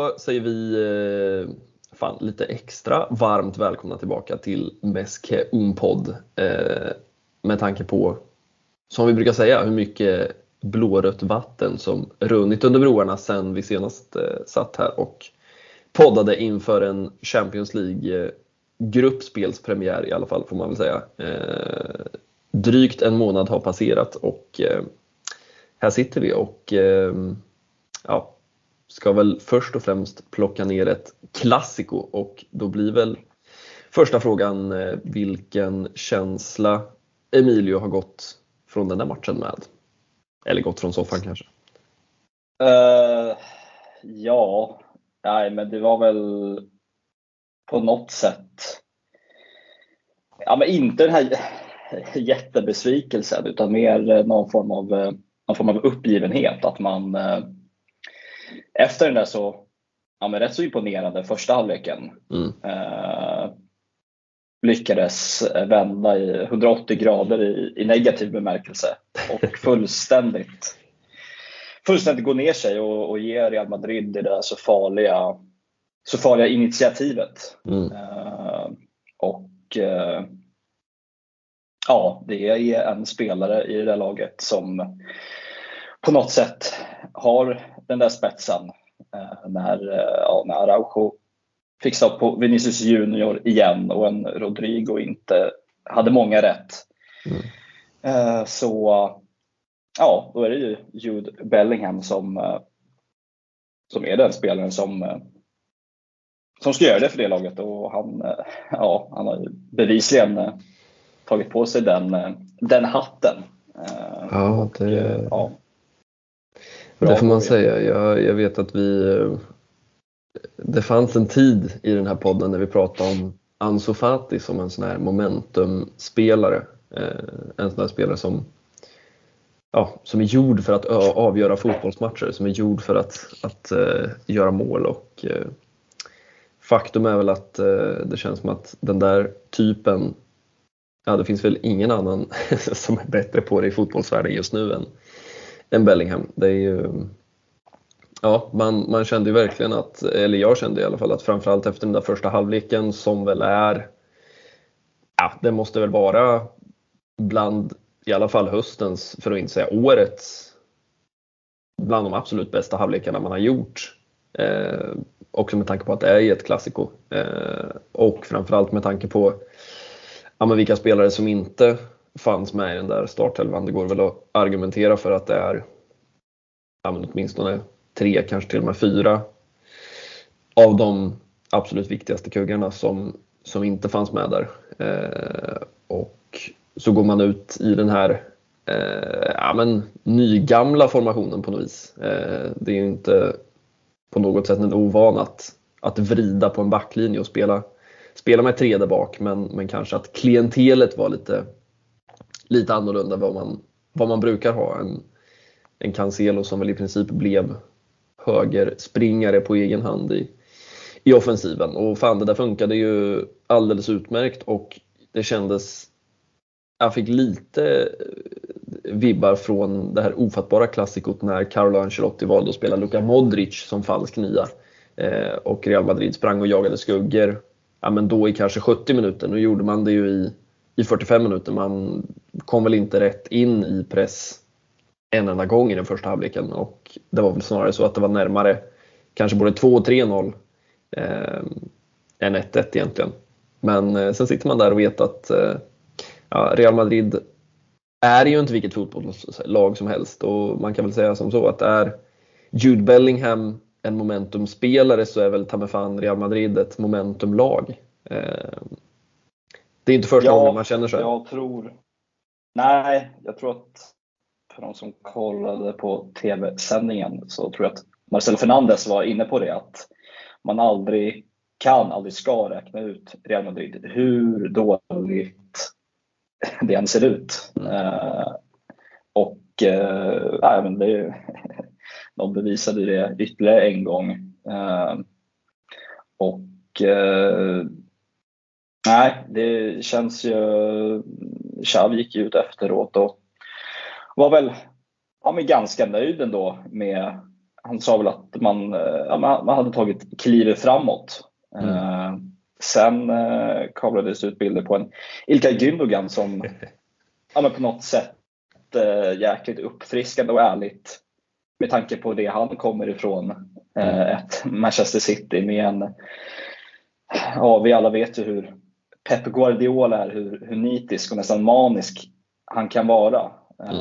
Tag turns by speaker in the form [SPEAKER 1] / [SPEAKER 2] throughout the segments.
[SPEAKER 1] då säger vi lite extra varmt välkomna tillbaka till Meske Unpod. Med tanke på, som vi brukar säga, hur mycket blårött vatten som runnit under broarna sen vi senast satt här och poddade inför en Champions League gruppspelspremiär i alla fall, får man väl säga. Drygt en månad har passerat och här sitter vi och ska väl först och främst plocka ner ett klassiko, och då blir väl första frågan vilken känsla Emilio har gått från den där matchen med. Eller gått från soffan kanske.
[SPEAKER 2] Men det var väl på något sätt men inte den här jättebesvikelsen, utan mer någon form av uppgivenhet, att man efter den där så rätt så imponerande första halvleken lyckades vända i 180 grader i negativ bemärkelse och fullständigt gå ner sig och ge Real Madrid det där så farliga initiativet. Det är en spelare i det där laget som på något sätt har den där spetsen när Araujo fick stopp på Vinicius Junior igen och en Rodrigo inte hade många rätt. Då är det ju Jude Bellingham som är den spelaren som ska göra det för det laget, och han har bevisligen tagit på sig den hatten.
[SPEAKER 1] Det får man säga. Jag vet att det fanns en tid i den här podden när vi pratade om Ansu Fati som en sån här momentumspelare. En sån här spelare som är gjord för att avgöra fotbollsmatcher, som är gjord för att göra mål, och faktum är väl att det känns som att den där typen, det finns väl ingen annan som är bättre på det i fotbollsvärlden just nu än Bellingham. Det är ju man kände ju verkligen eller jag kände i alla fall att framförallt efter den där första halvleken, som väl är det måste väl vara bland i alla fall höstens, för att inte säga årets, bland de absolut bästa halvlekarna man har gjort, också med tanke på att det är ett klassiko, och framförallt med tanke på vilka spelare som inte fanns med i den där startelvan. Det går väl att argumentera för att det är åtminstone 3, kanske till och med 4 av de absolut viktigaste kuggarna som inte fanns med där. Och så går man ut i den här nygamla formationen på något vis. Det är ju inte på något sätt en ovan att vrida på en backlinje och spela med 3 där bak, men kanske att klientelet var lite annorlunda vad man brukar ha. En Cancelo som väl i princip blev högerspringare på egen hand i offensiven, och det där funkade ju alldeles utmärkt, och det kändes, jag fick lite vibbar från det här ofattbara klassikot när Carlo Ancelotti valde att spela Luka Modric som falsk nia, och Real Madrid sprang och jagade skuggor då i kanske 70 minuter. Nu gjorde man det ju i 45 minuter. Man kom väl inte rätt in i press en enda gång i den första halvleken, och det var väl snarare så att det var närmare kanske både 2 och 3-0 än 1-1 egentligen. Men sen sitter man där och vet att Real Madrid är ju inte vilket fotbollslag som helst, och man kan väl säga som så att är Jude Bellingham en momentumspelare, så är väl Tamefan Real Madrid ett momentumlag. Det är inte första gången man känner så.
[SPEAKER 2] Jag tror att för de som kollade på tv-sändningen, så tror jag att Marcelo Fernandes var inne på det, att man aldrig ska räkna ut Real Madrid, hur dåligt det än ser ut. De bevisade det ytterligare en gång. Det känns ju, Xavi gick ut efteråt och var väl ganska nöjd ändå med han sa väl att man hade tagit klivet framåt. Sen kablades ut bilder på en Ilkay Gündogan som på något sätt jäkligt uppfriskande och ärligt med tanke på det han kommer ifrån, ett Manchester City med en, vi alla vet ju hur Pep Guardiola är, hur nitisk och nästan manisk han kan vara.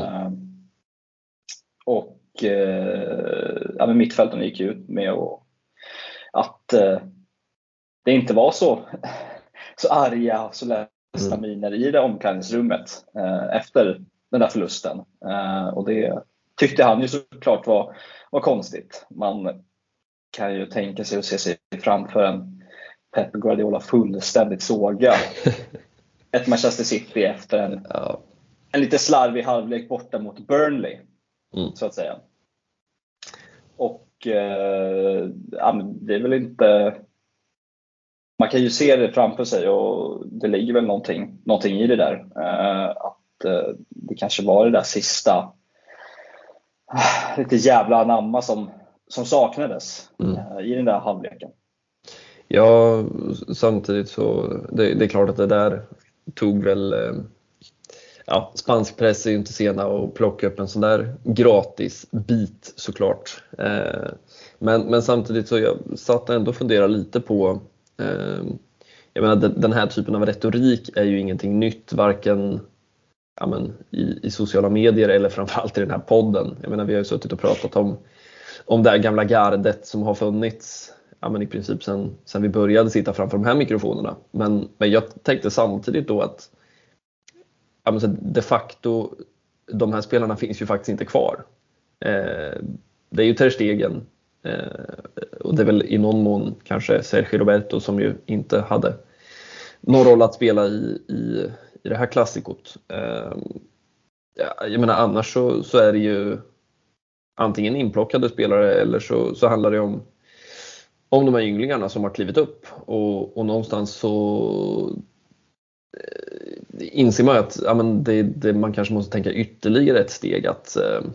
[SPEAKER 2] Och mittfälten gick ut med att det inte var så arga, så ledsna miner i det omklädningsrummet efter den där förlusten. Och det tyckte han ju såklart var konstigt. Man kan ju tänka sig och se sig framför en Pep Guardiola fullständigt såga ett Manchester City efter en lite slarvig halvlek borta mot Burnley, så att säga. Och det är väl inte, man kan ju se det framför sig och det ligger väl någonting i det där, att det kanske var det där sista lite jävla anamma som saknades i den där halvleken.
[SPEAKER 1] Ja, samtidigt så det är klart att det där tog väl spansk press är ju inte sena att plocka upp en sån där gratis bit såklart. Men samtidigt så jag satt ändå och funderade lite på, jag menar den här typen av retorik är ju ingenting nytt, varken i sociala medier eller framförallt i den här podden. Jag menar, vi har ju suttit och pratat om det här gamla gardet som har funnits i princip sen vi började sitta framför de här mikrofonerna. Men jag tänkte samtidigt då att de facto de här spelarna finns ju faktiskt inte kvar. Det är ju Ter Stegen, och det är väl i någon mån kanske Sergio Roberto som ju inte hade någon roll att spela i det här klassikot. Jag menar, annars så är det ju antingen inplockade spelare eller så handlar det om de här ynglingarna som har klivit upp och någonstans så inser man att man kanske måste tänka ytterligare ett steg, att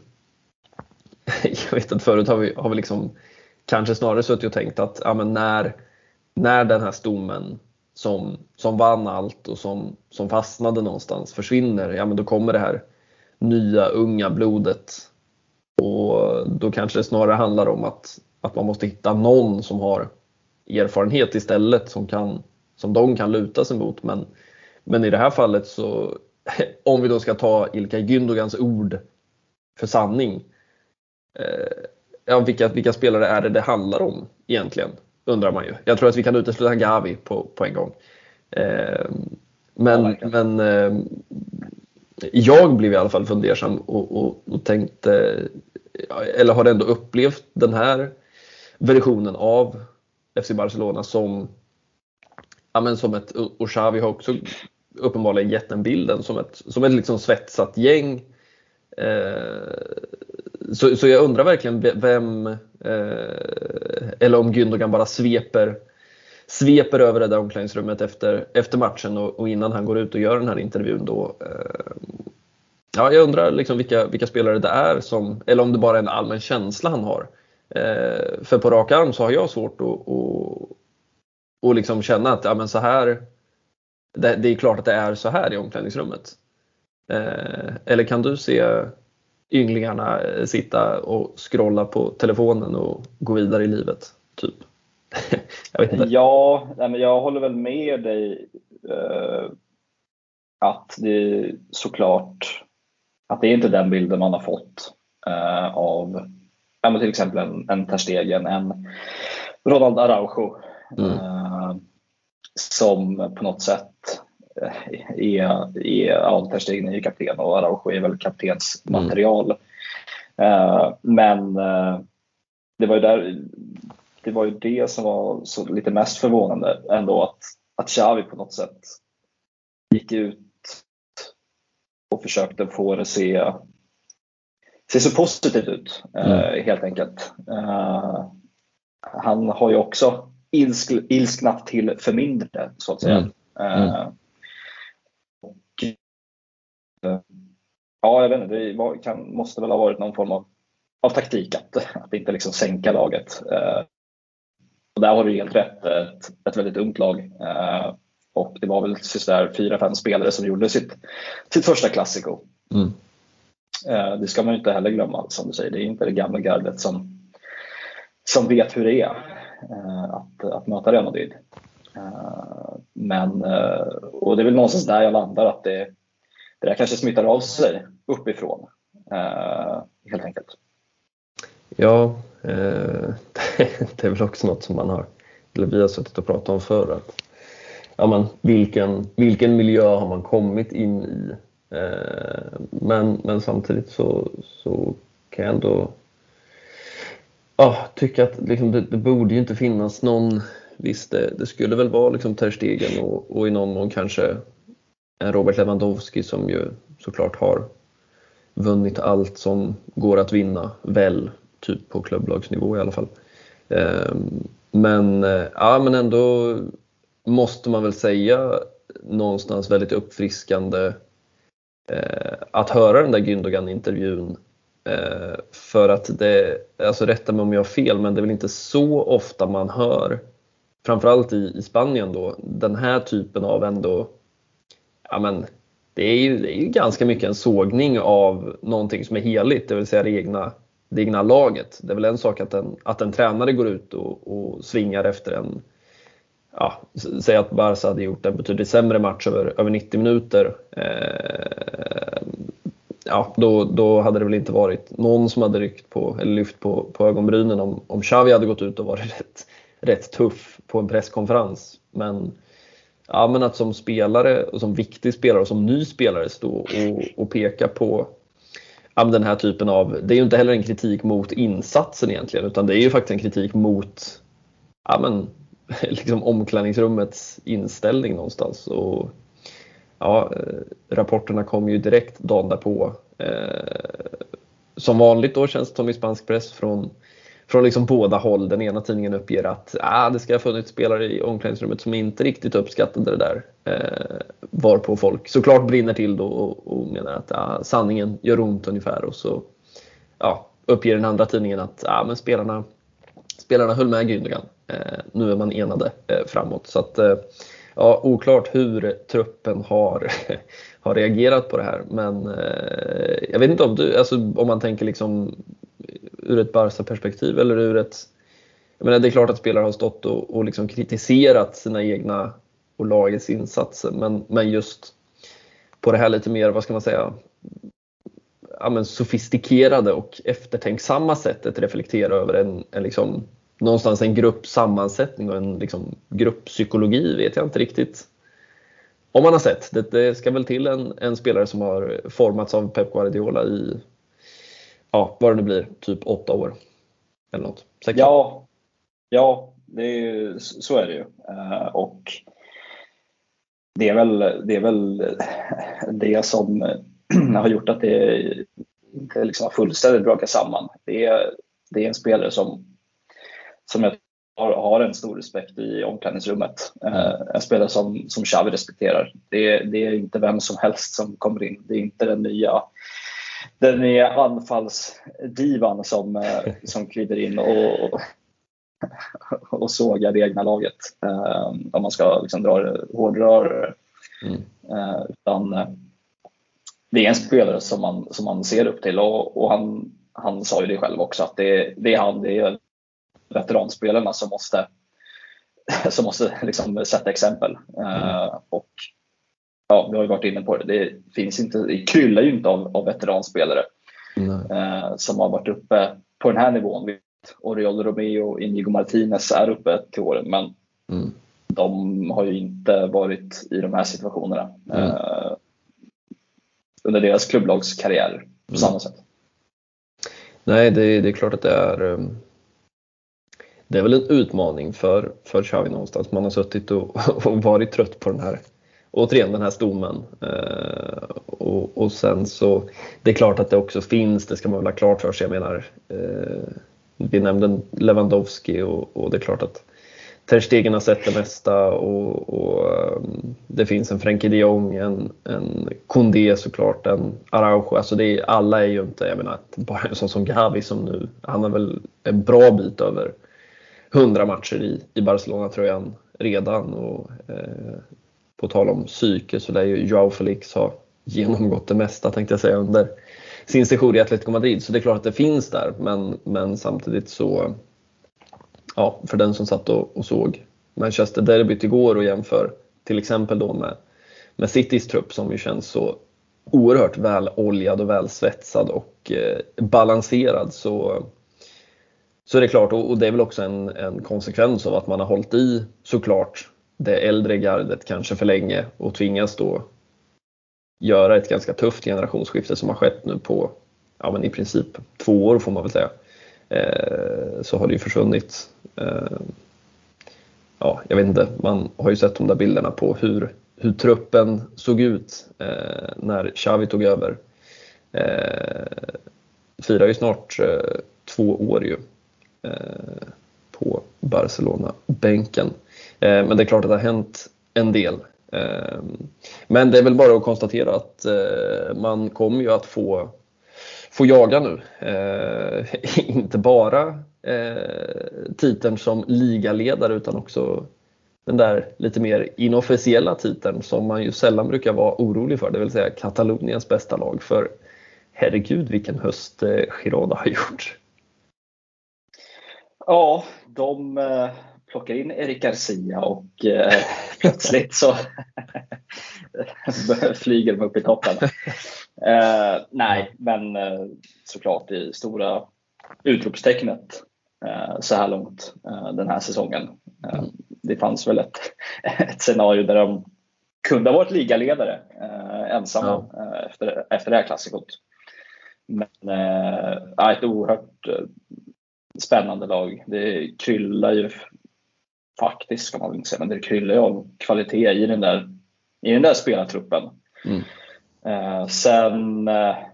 [SPEAKER 1] jag vet att förut har vi liksom kanske snarare suttit och tänkt att när den här stommen som vann allt och som fastnade någonstans försvinner, då kommer det här nya unga blodet, och då kanske det snarare handlar om att man måste hitta någon som har erfarenhet istället, som de kan luta sig mot. Men i det här fallet så, om vi då ska ta Ilkay Gündogans ord för sanning, vilka spelare är det handlar om egentligen, undrar man ju. Jag tror att vi kan utesluta Gavi på en gång. Men jag blev i alla fall fundersam och tänkte, eller har ändå upplevt den här versionen av FC Barcelona som ett, och Xavi har också uppenbarligen gett den bilden som ett liksom svetsat gäng. Så jag undrar verkligen vem, eller om Gündogan bara sveper över det där omklädningsrummet efter matchen och innan han går ut och gör den här intervjun då. Jag undrar liksom vilka spelare det är eller om det bara är en allmän känsla han har. För på rak arm så har jag svårt att liksom känna att så här, det är klart att det är så här i omklädningsrummet. Eller kan du se ynglingarna sitta och scrolla på telefonen och gå vidare i livet typ? Jag vet inte.
[SPEAKER 2] Ja, men jag håller väl med dig att det är såklart att det är inte den bilden man har fått av till exempel en Ter Stegen, en Ronald Araujo, som på något sätt Ter Stegen är ju kapten och Araujo är väl kaptensmaterial. Men det var ju det som var så lite mest förvånande ändå, att Xavi på något sätt gick ut och försökte få det att se så positivt ut, helt enkelt. Han har ju också ilsknat till för mindre, så att säga. Jag vet inte, måste väl ha varit någon form av av taktik att inte liksom sänka laget. Och där har du helt rätt, ett väldigt ungt lag. Och det var väl 4-5 spelare som gjorde sitt första Classico. Det ska man ju inte heller glömma, som du säger. Det är inte det gamla gardet som vet hur det är att möta Real Madrid. Och det är väl någonstans där jag landar, att det där kanske smittar av sig uppifrån, helt enkelt.
[SPEAKER 1] Ja, det är väl också något som vi har suttit och pratat om förr, att ja, men vilken miljö har man kommit in i? Men samtidigt så kan jag ändå tycka att liksom det borde ju inte finnas någon. Visst, det skulle väl vara liksom Ter Stegen och i någon mån kanske en Robert Lewandowski, som ju såklart har vunnit allt som går att vinna, väl typ på klubblagsnivå i alla fall. Men ändå måste man väl säga någonstans väldigt uppfriskande att höra den där Gündogan-intervjun. För att alltså rätta mig om jag har fel, men det är väl inte så ofta man hör, framförallt i Spanien då, den här typen av ändå, det är ju ganska mycket en sågning av någonting som är heligt, det vill säga det egna laget. Det är väl en sak att en tränare går ut och svingar efter säg att Barca hade gjort en betydligt sämre match över 90 minuter. Då hade det väl inte varit någon som hade lyft på ögonbrynen om Xavi hade gått ut och varit rätt tuff på en presskonferens. Men att som spelare och som viktig spelare och som ny spelare stå och peka på den här typen av, det är ju inte heller en kritik mot insatsen egentligen, utan det är ju faktiskt en kritik mot liksom omklädningsrummets inställning någonstans. Och rapporterna kom ju direkt dagen därpå. Som vanligt då, känns det som i spansk press, från liksom båda håll. Den ena tidningen uppger att det ska ha funnits spelare i omklädningsrummet som inte riktigt uppskattade det där. Varpå folk såklart brinner till då och menar att sanningen gör ont ungefär. Och så uppger den andra tidningen att men spelarna höll med Gündogan. Nu är man enade framåt. Så att oklart hur truppen har reagerat på det här. Men jag vet inte om man tänker liksom ur ett Barca-perspektiv eller ur ett... Jag menar, det är klart att spelare har stått och liksom kritiserat sina egna och lagets insatser. Men just på det här lite mer, vad ska man säga, sofistikerade och eftertänksamma sättet reflektera över en liksom någonstans en gruppsammansättning och en liksom grupppsykologi, vet jag inte riktigt om man har sett. Det ska väl till en spelare som har formats av Pep Guardiola i vad det nu blir, typ 8 år eller något. 6 år.
[SPEAKER 2] Ja, så är det ju. Och det är väl det som har gjort att det liksom har fullständigt brakat samman. Det är en spelare som jag har en stor respekt i omklädningsrummet. En spelare som Xavi respekterar. Det är inte vem som helst som kommer in. Det är inte den nya anfallsdivan som kliver in och sågar det egna laget. Om man ska liksom dra det hårdare. Utan det är en spelare som man ser upp till, och han sa ju det själv också, att det är veteranspelarna som måste liksom sätta exempel. Och vi har ju varit inne på det. Det kryllar ju inte av veteranspelare som har varit uppe på den här nivån. Oriol Romeo och Inigo Martinez är uppe till åren, men de har ju inte varit i de här situationerna under deras klubblagskarriär på samma sätt. Nej, det är klart att det är väl en utmaning för Xavi någonstans. Man har suttit och varit trött på den här stommen. Och sen så, det är klart att det också finns, det ska man väl ha klart för sig. Jag menar, vi nämnde Lewandowski och det är klart att
[SPEAKER 1] Ter Stegen har sett det mesta och det finns en Frenkie de Jong, en Koundé såklart, en Araujo. Alltså alla är ju inte, jag menar, bara en sån som Gavi som nu, han har väl en bra bit över 100 matcher i Barcelona-tröjan redan. Och på tal om psyke så lär ju Joao Felix ha genomgått det mesta, tänkte jag säga, under sin sejour i Atletico Madrid. Så det är klart att det finns där, men samtidigt så, ja, för den som satt och såg Manchester derbyt igår och jämför till exempel då med Citys trupp som ju känns så oerhört väl oljad och väl svetsad och balanserad, så är det klart, och det är väl också en konsekvens av att man har hållit i såklart det äldre gardet kanske för länge och tvingas då göra ett ganska tufft generationsskifte som har skett nu på, ja, men i princip 2 år får man väl säga. Så har det ju försvunnit, ja, jag vet inte, man har ju sett de där bilderna på hur truppen såg ut när Xavi tog över. Firar ju snart 2 år ju på Barcelona-bänken. Men det är klart att det har hänt en del. Men det är väl bara att konstatera att man kommer ju att få jaga nu. Inte bara titeln som ligaledare utan också den där lite mer inofficiella titeln som man ju sällan brukar vara orolig för, det vill säga Kataloniens bästa lag. För herregud vilken höst Girona har gjort.
[SPEAKER 2] Ja, de plockar in Eric Garcia och plötsligt så flyger de upp i toppen. Nej, men såklart det stora utropstecknet så här långt den här säsongen. Det fanns väl ett scenario där de kunde ha varit ligaledare ensamma efter det här klassikot. Men ett oerhört spännande lag. Det kryllar ju faktiskt, ska man väl inte säga, men det kryllar ju av kvalitet i den där spelartruppen. Sen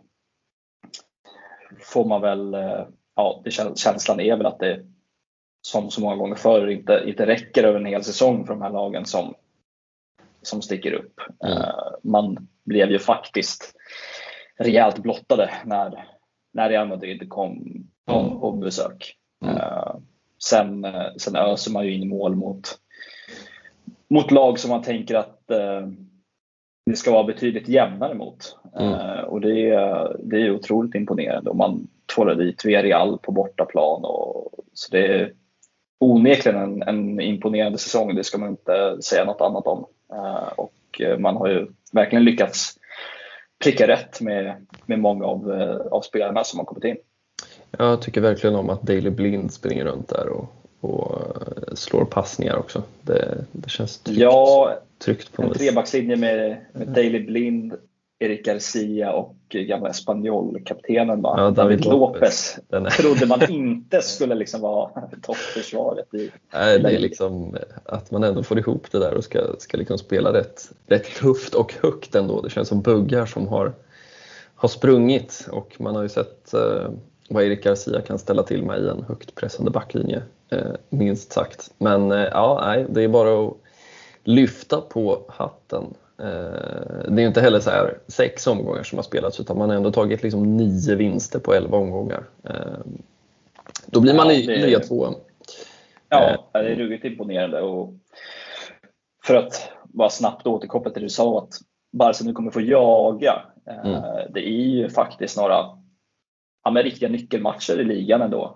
[SPEAKER 2] får man väl, ja, känslan är väl att det som så många gånger förr inte räcker över en hel säsong för de här lagen som sticker upp. Man blev ju faktiskt rejält blottade när Real Madrid kom på besök. Sen öser man ju in mål mot lag som man tänker att det ska vara betydligt jämnare mot. Och det är otroligt imponerande. Och man tvålar dit Villarreal på bortaplan. Så det är onekligen en imponerande säsong. Det ska man inte säga något annat om. Och man har ju verkligen lyckats pricka rätt med många av spelarna som har kommit in.
[SPEAKER 1] Jag tycker verkligen om att Daley Blind springer runt där och slår passningar också. Det känns tryggt på något vis.
[SPEAKER 2] En trebackslinje med Daley Blind, Eric Garcia och gamla Espanyol-kaptenen David Lopez. Trodde man inte skulle liksom vara toppförsvaret.
[SPEAKER 1] Nej, det är liksom att man ändå får ihop det där och ska liksom spela rätt tufft och högt ändå. Det känns som buggar som har sprungit, och man har ju sett vad Eric Garcia kan ställa till med i en högt pressande backlinje, minst sagt. Men det är bara att lyfta på hatten. Det är ju inte heller så här 6 omgångar som har spelats, utan man har ändå tagit liksom 9 vinster på 11 omgångar. Då blir man nya 2.
[SPEAKER 2] Ja, det är ruggigt imponerande. Och för att bara snabbt återkoppla till det du sa, att Barca nu kommer få jaga. Det är ju faktiskt några med riktiga nyckelmatcher i ligan ändå.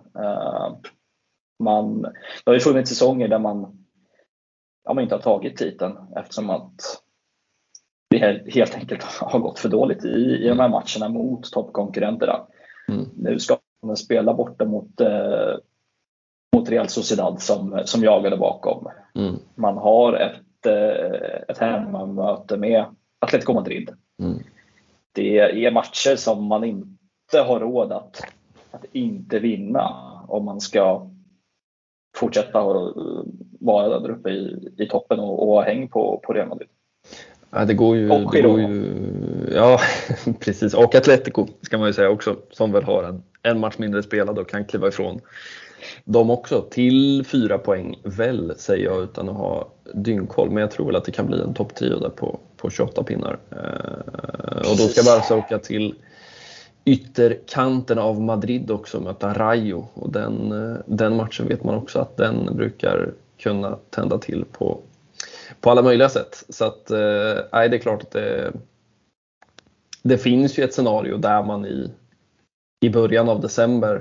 [SPEAKER 2] Det har ju funnits säsonger där man inte har tagit titeln, eftersom att det helt enkelt har gått för dåligt i de här matcherna mot toppkonkurrenterna. Nu ska man spela borta mot Real Sociedad som jagade bakom. Man har ett hemmamöte med Atletico Madrid. Det är matcher som man inte har råd att inte vinna om man ska fortsätta vara där uppe i toppen och häng på Real Madrid.
[SPEAKER 1] Ja, det går ju ja, precis. Och Atletico ska man ju säga också, som väl har en match mindre spelad och kan kliva ifrån de också till 4 poäng väl, säger jag utan att ha dyngkoll, men jag tror väl att det kan bli en topptrio där på 28 pinnar. Och då ska Barca åka till ytterkanten av Madrid också, möta Rayo, och den matchen vet man också att den brukar kunna tända till på alla möjliga sätt. Så att det är klart att det finns ju ett scenario där man i början av december,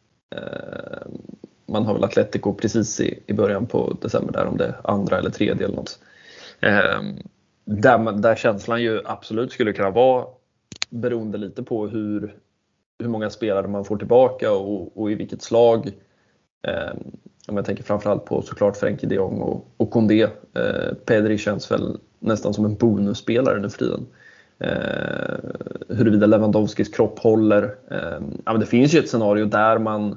[SPEAKER 1] man har väl Atletico precis i början på december där, om det är andra eller tredje eller något, där känslan ju absolut skulle kunna vara, beroende lite på hur många spelare man får tillbaka och i vilket slag. Om jag tänker framförallt på såklart Frenkie de Jong och Koundé. Pedri känns väl nästan som en bonusspelare nu för tiden. Huruvida Lewandowskis kropp håller. Men det finns ju ett scenario där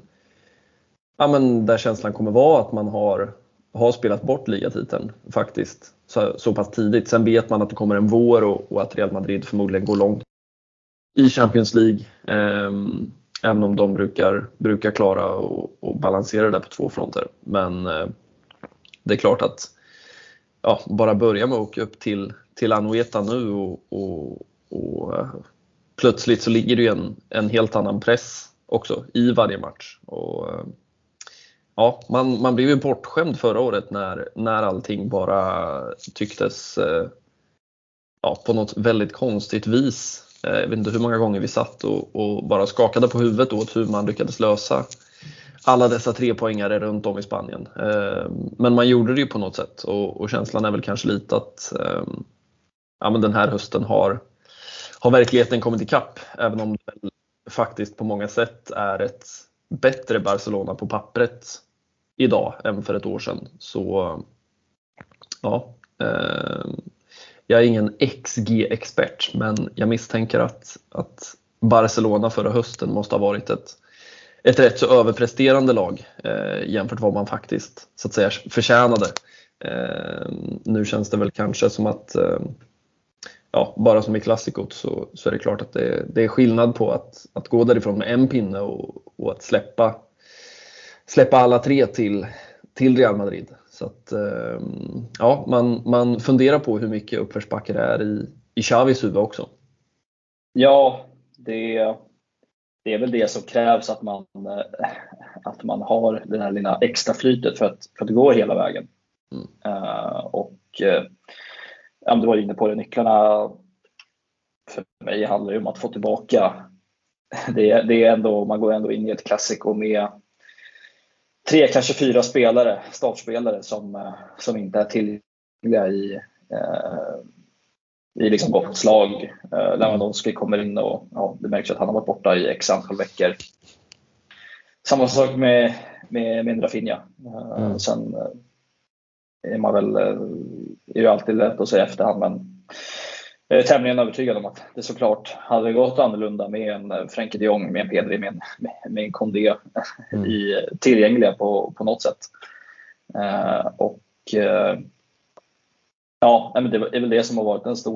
[SPEAKER 1] där känslan kommer vara att man har spelat bort ligatiteln faktiskt så pass tidigt. Sen vet man att det kommer en vår och att Real Madrid förmodligen går långt i Champions League. Även om de brukar klara och balansera det där på två fronter. Men det är klart att bara börja med att åka upp till Anoeta nu och plötsligt så ligger det ju en helt annan press också i varje match. Och man blev ju bortskämd förra året när allting bara tycktes på något väldigt konstigt vis. Jag vet inte hur många gånger vi satt och bara skakade på huvudet åt hur man lyckades lösa alla dessa 3-poängare runt om i Spanien. Men man gjorde det ju på något sätt, och känslan är väl kanske lite att men den här hösten har verkligheten kommit ikapp, även om det väl faktiskt på många sätt är ett bättre Barcelona på pappret idag än för ett år sedan. Så jag är ingen XG-expert, men jag misstänker att Barcelona förra hösten måste ha varit ett rätt så överpresterande lag jämfört med vad man faktiskt så att säga förtjänade. Nu känns det väl kanske som att bara som i klassikot så är det klart att det är skillnad på att gå därifrån med en pinne och att släppa alla tre till Real Madrid. Så att man funderar på hur mycket uppförsbacke det är i Xavis huvud också. Ja,
[SPEAKER 2] det är väl det som krävs, att man har den här lilla extra flytet för att gå hela vägen. Du var inne på det, nycklarna för mig handlar ju om att få tillbaka. Det är ändå, man går ändå in i ett klassiko med 3, kanske 4 startspelare som inte är tillgängliga i liksom gott slag. Lewandowski kommer in och det märks att han har varit borta i x antal veckor. Samma sak med Rafinha. Sen är man väl, är ju alltid lätt att säga efterhand, men jag är tämligen övertygad om att det såklart hade gått annorlunda med en Frenkie de Jong, med en Pedri, med en Koundé tillgängliga på något sätt. Men det är väl det som har varit det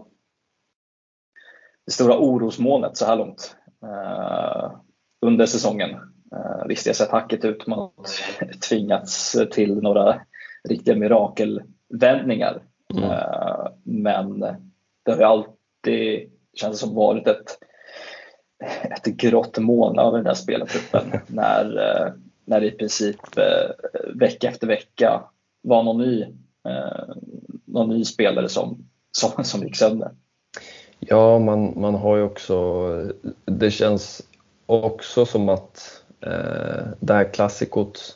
[SPEAKER 2] stora orosmolnet så här långt under säsongen. Visst, jag har sett hacket ut, man har tvingats till några riktiga mirakelvändningar. Men det har ju alltid känts som varit ett grått moln över den där spelartruppen när det i princip vecka efter vecka var någon ny spelare som gick sönder.
[SPEAKER 1] Ja, man har ju också, det känns också som att det här klassikot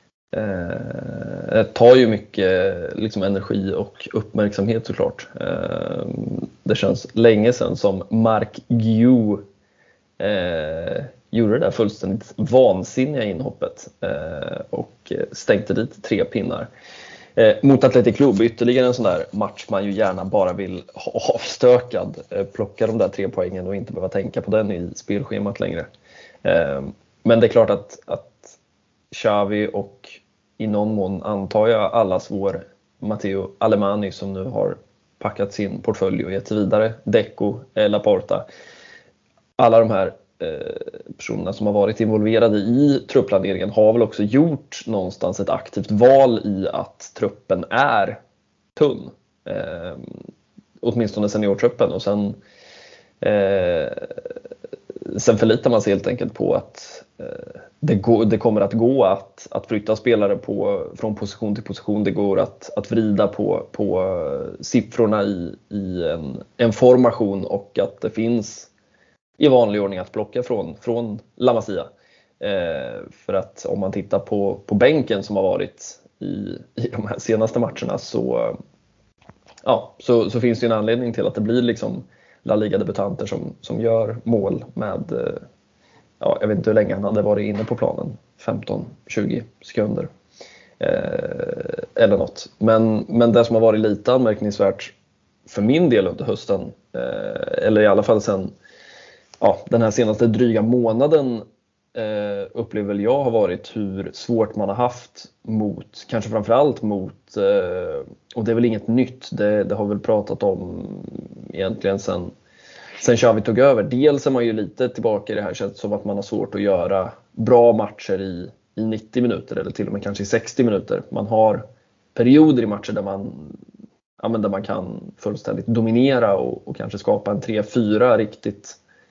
[SPEAKER 1] tar ju mycket liksom energi och uppmärksamhet såklart. Det känns länge sedan som Marc Guiu gjorde det där fullständigt vansinniga inhoppet och stänkte dit 3 pinnar mot Athletic Club. Ytterligare en sån där match man ju gärna bara vill ha avstökad, plocka de där 3 poängen och inte behöva tänka på den i spelschemat längre. Men det är klart att Xavi och i någon mån antar jag allas vår Matteo Alemani, som nu har packat sin portfölj och gett vidare, Deco, Laporta, alla de här personerna som har varit involverade i trupplaneringen har väl också gjort någonstans ett aktivt val i att truppen är tunn. Åtminstone seniortruppen, och sen förlitar man sig helt enkelt på att det kommer att gå att flytta spelare från position till position. Det går att vrida på siffrorna i en formation, och att det finns i vanlig ordning att plocka från La Masia. För att om man tittar på bänken som har varit i de här senaste matcherna, så finns det en anledning till att det blir liksom La Liga-debutanter som gör mål med, jag vet inte hur länge han hade varit inne på planen, 15-20 sekunder eller något. Men det som har varit lite anmärkningsvärt för min del under hösten, eller i alla fall sen den här senaste dryga månaden, upplever jag har varit hur svårt man har haft mot, kanske framförallt mot, och det är väl inget nytt, det har väl pratat om egentligen sen Xavi tog över. Dels är man ju lite tillbaka i det här sättet som att man har svårt att göra bra matcher i 90 minuter eller till och med kanske i 60 minuter. Man har perioder i matcher där man kan fullständigt dominera och kanske skapa en 3-4 riktigt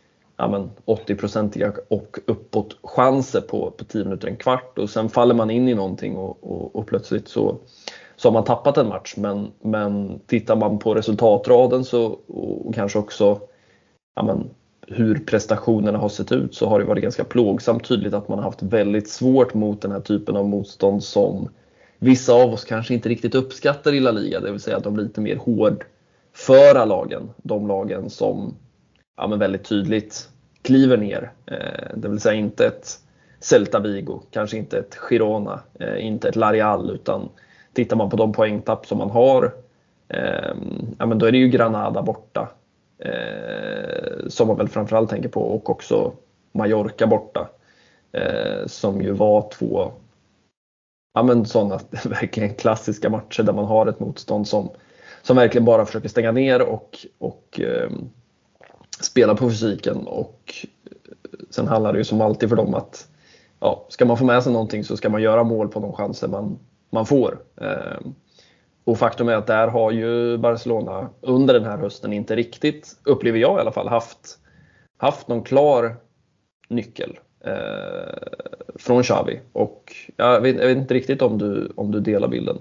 [SPEAKER 1] 80% och uppåt chanser på 10 minuter, en kvart, och sen faller man in i någonting och plötsligt så har man tappat en match. Men tittar man på resultatraden och kanske också hur prestationerna har sett ut, så har det varit ganska plågsamt tydligt att man har haft väldigt svårt mot den här typen av motstånd som vissa av oss kanske inte riktigt uppskattar i La Liga, det vill säga att de lite mer hårdföra lagen, de lagen som väldigt tydligt kliver ner. Det vill säga inte ett Celta Vigo, kanske inte ett Girona, inte ett Larial, utan tittar man på de poängtapp som man har, då är det ju Granada borta, som man väl framförallt tänker på, och också Mallorca borta, som ju var två sådana verkligen klassiska matcher där man har ett motstånd som verkligen bara försöker stänga ner och spela på fysiken. Och sen handlar det ju som alltid för dem att ska man få med sig någonting, så ska man göra mål på de chanser man får. Och faktum är att där har ju Barcelona under den här hösten inte riktigt, upplever jag i alla fall, haft någon klar nyckel från Xavi. Och jag vet inte riktigt om du delar bilden.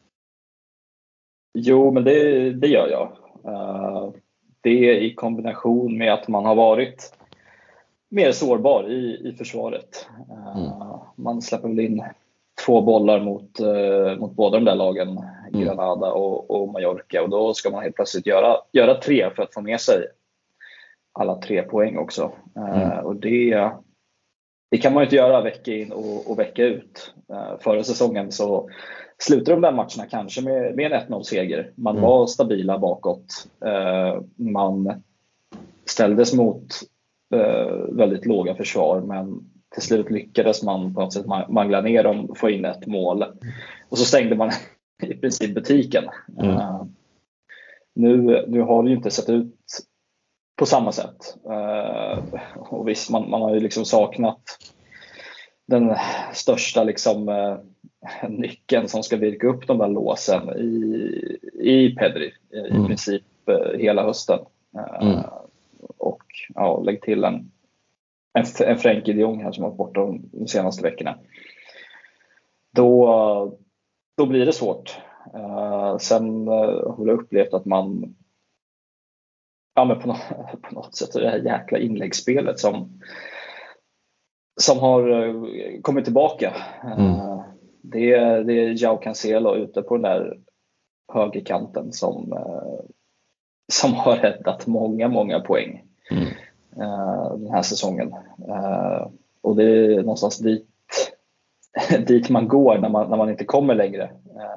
[SPEAKER 2] Jo, men det gör jag. Det i kombination med att man har varit mer sårbar i försvaret. Man släpper väl in 2 bollar mot båda de där lagen, Granada och Mallorca, och då ska man helt plötsligt göra 3 för att få med sig alla 3 poäng också. Och det kan man ju inte göra vecka in och vecka ut. Förra säsongen så slutade de där matcherna kanske med en 1-0-seger. Man var stabila bakåt. Man ställdes mot väldigt låga försvar, men till slut lyckades man på något sätt mangla ner dem, få in ett mål. Och så stängde man i princip butiken. Nu har det ju inte sett ut på samma sätt. Och visst, man har ju liksom saknat den största nyckeln som ska virka upp de där låsen i Pedri i princip hela hösten. Och lägg till en Frenkie de Jong här som har varit borta de senaste veckorna. Då blir det svårt. Sen har jag upplevt att man på något sätt det här jäkla inläggsspelet som har kommit tillbaka. Det är João Cancelo ute på den där högerkanten som har räddat många poäng den här säsongen. Och det är någonstans dit man går när man inte kommer längre.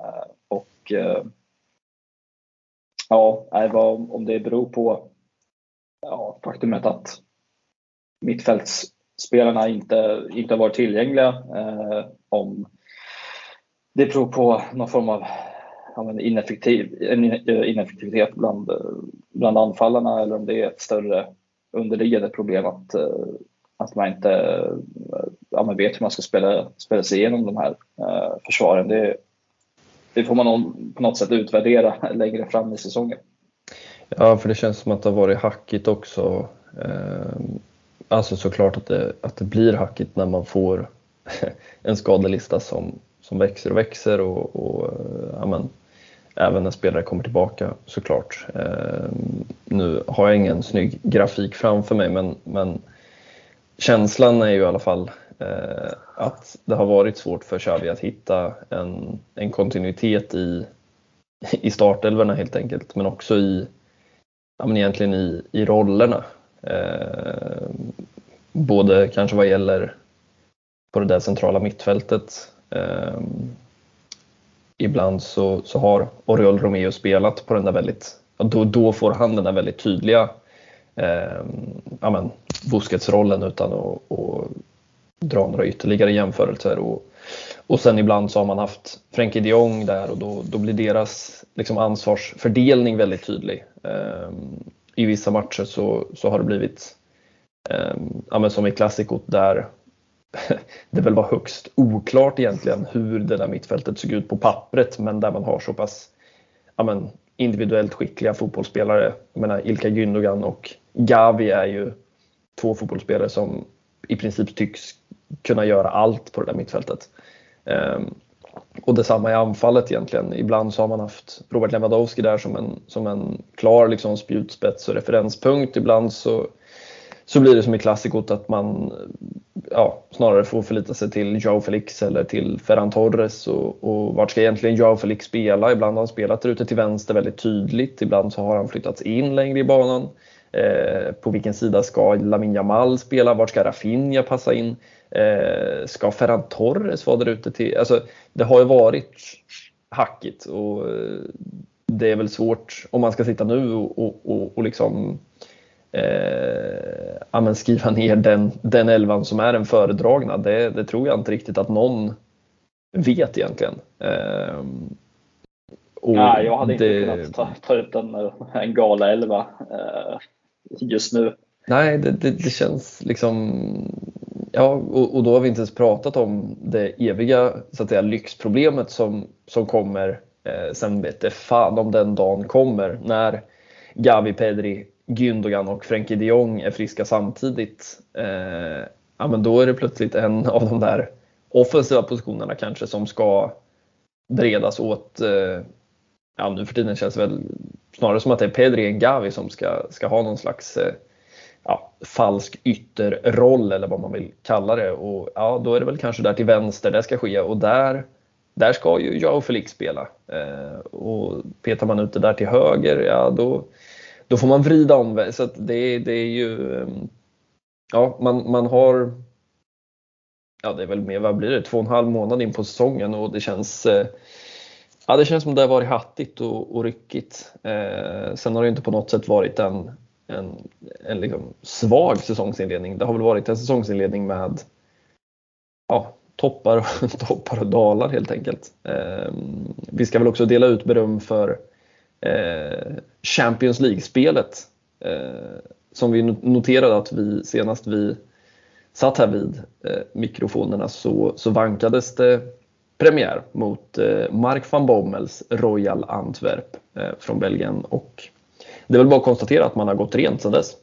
[SPEAKER 2] Om det beror på faktumet att mittfältsspelarna inte har varit tillgängliga, om det beror på någon form av ineffektivitet bland anfallarna, eller om det är ett större underliggande problem att man inte man vet hur man ska spela sig igenom de här försvaren. Det får man på något sätt utvärdera längre fram i säsongen.
[SPEAKER 1] Ja, för det känns som att det har varit hackigt också. Alltså såklart att det blir hackigt när man får en skadelista som växer och växer och även när spelare kommer tillbaka såklart. Nu har jag ingen snygg grafik framför mig, men känslan är ju i alla fall att det har varit svårt för Xavi att hitta en kontinuitet i startelverna helt enkelt, men också egentligen i rollerna. Både kanske vad gäller på det där centrala mittfältet. Ibland så har Oriol Romeo spelat på den där väldigt, då får han den där väldigt tydliga Busquets-rollen utan att dra några ytterligare jämförelser. Och sen ibland så har man haft Frenkie de Jong där och då blir deras liksom ansvarsfördelning väldigt tydlig. I vissa matcher så har det blivit som i klassikot där det väl var högst oklart egentligen hur det där mittfältet såg ut på pappret, men där man har så pass individuellt skickliga fotbollsspelare. Jag menar, Ilkay Gündogan och Gavi är ju två fotbollsspelare som i princip tycks kunna göra allt på det där mittfältet. Och detsamma i anfallet egentligen. Ibland så har man haft Robert Lewandowski där som en klar liksom spjutspets och referenspunkt. Ibland så blir det som i klassikot att man snarare får förlita sig till Joao Felix eller till Ferran Torres. Och vart ska egentligen Joao Felix spela? Ibland har han spelat där ute till vänster väldigt tydligt. Ibland så har han flyttats in längre i banan. På vilken sida ska Lamine Yamal spela? Vart ska Rafinha passa in? Ska Ferran Torres vara där ute till? Alltså, det har ju varit hackigt och det är väl svårt om man ska sitta nu och liksom skriva ner den elvan som är den föredragna. Det tror jag inte riktigt att någon vet egentligen.
[SPEAKER 2] Nej, jag hade inte kunnat ta ut en gala 11 just nu.
[SPEAKER 1] Nej, det känns liksom... Ja, och då har vi inte ens pratat om det eviga så att säga, lyxproblemet som kommer sen vet det fan om den dagen kommer när Gavi, Pedri, Gündogan och Frenkie de Jong är friska samtidigt. Men då är det plötsligt en av de där offensiva positionerna kanske som ska bredas åt. Nu för tiden känns det väl snarare som att det är Pedri än Gavi som ska ha någon slags falsk ytterroll eller vad man vill kalla det. Och då är det väl kanske där till vänster det ska ske, och där ska ju Joao Felix spela. Och petar man ut det där till höger, då får man vrida om det. Så att det är ju man har det är väl mer, vad blir det, 2,5 månader in på säsongen, och det känns som det har varit hattigt och ryckigt. Sen har det inte på något sätt varit en liksom svag säsongsinledning. Det har väl varit en säsongsinledning med toppar och dalar helt enkelt. Vi ska väl också dela ut beröm för Champions League-spelet som vi noterade att senast vi satt här vid mikrofonerna så vankades det premiär mot Mark van Bommels Royal Antwerp från Belgien, och det är väl bara att konstatera att man har gått rent sedan dess.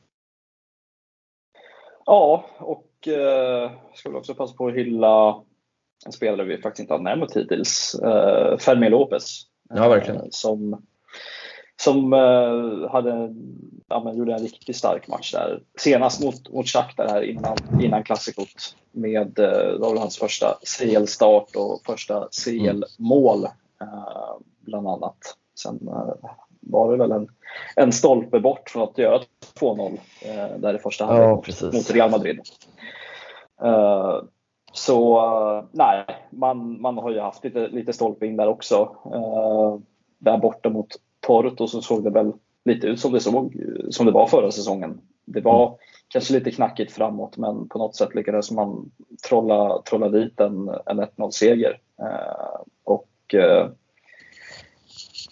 [SPEAKER 1] Ja, och ska väl också passa på att hylla en spelare vi faktiskt inte har nämnt hittills, Fermín López. Ja, verkligen.
[SPEAKER 2] Som gjorde en riktigt stark match där. Senast mot Shakhtar här innan klassikot med det var hans första CL-start och första CL-mål bland annat. Sen var det väl en stolpe bort från att göra 2-0 där i första halvlek mot Real Madrid. Nej, man har ju haft lite stolpe in där också. Där borta mot Porto så såg det väl lite ut som det var förra säsongen. Det var kanske lite knackigt framåt, men på något sätt lyckades man trolla dit en 1-0-seger.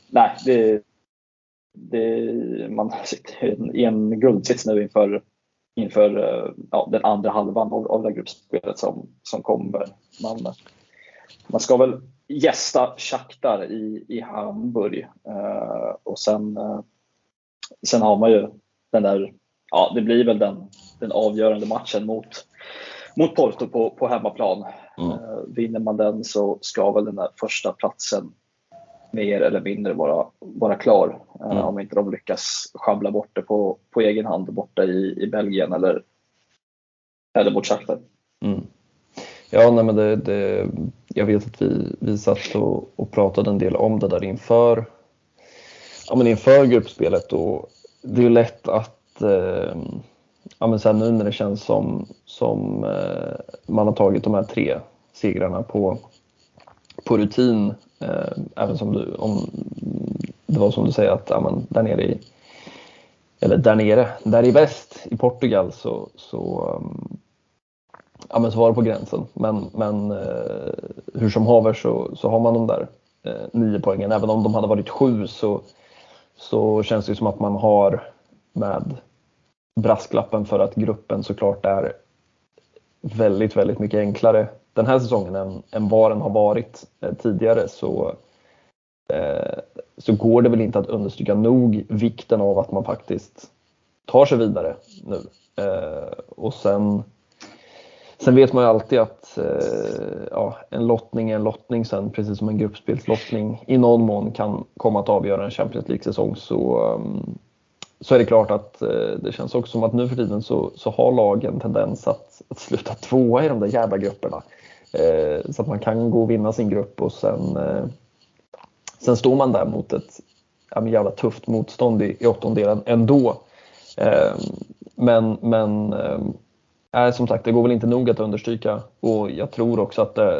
[SPEAKER 2] Nej, man sitter i en guldsits nu inför inför den andra halvan av det gruppspelet som kommer. Man ska väl gästa Shakhtar i Hamburg, och sen har man ju den där, det blir väl den avgörande matchen mot Porto på hemmaplan. Vinner man den så ska väl den där första platsen mer eller mindre vara klar, om inte de lyckas schabbla bort det på egen hand borta i Belgien eller mot Shakhtar.
[SPEAKER 1] Ja, nej, men jag vet att vi satt och pratade en del om det där inför gruppspelet, och det är ju lätt att men sen nu när det känns som man har tagit de här 3 segrarna på rutin, även om det var som du säger att där i väst i Portugal så var det på gränsen, men hur som haver så har man de där 9 poängen. Även om de hade varit 7 så känns det som att man har, med brasklappen för att gruppen såklart är väldigt, väldigt mycket enklare den här säsongen än vad den har varit tidigare, så går det väl inte att understryka nog vikten av att man faktiskt tar sig vidare nu. Och sen vet man ju alltid att en lottning är en lottning sen, precis som en gruppspelslottning i någon mån kan komma att avgöra en Champions League-säsong, så är det klart att det känns också som att nu för tiden så har lagen tendens att sluta 2 i de där jävla grupperna. Så att man kan gå och vinna sin grupp, och sen står man där mot ett jävla tufft motstånd i åttondelen ändå. Men som sagt, det går väl inte nog att understryka, och jag tror också att det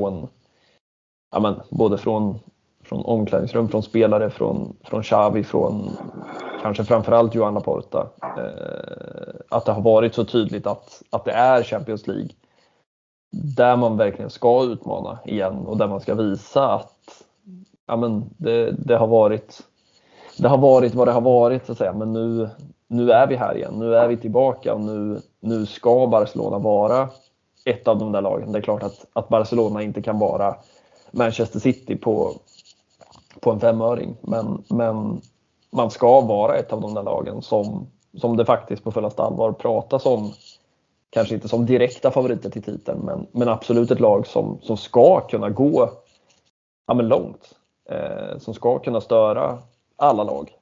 [SPEAKER 1] både från omklädningsrum, från spelare, från Xavi, från kanske framförallt Joan Laporta, att det har varit så tydligt att det är Champions League där man verkligen ska utmana igen, och där man ska visa att det har varit vad det har varit, så att säga. Men nu är vi här igen, nu är vi tillbaka, och nu ska Barcelona vara ett av de där lagen. Det är klart att Barcelona inte kan vara Manchester City på en 5-öring, men man ska vara ett av de där lagen som det faktiskt på fullaste allvar pratas om, kanske inte som direkta favoriter till titeln, men absolut ett lag som ska kunna gå långt, som ska kunna störa alla lag.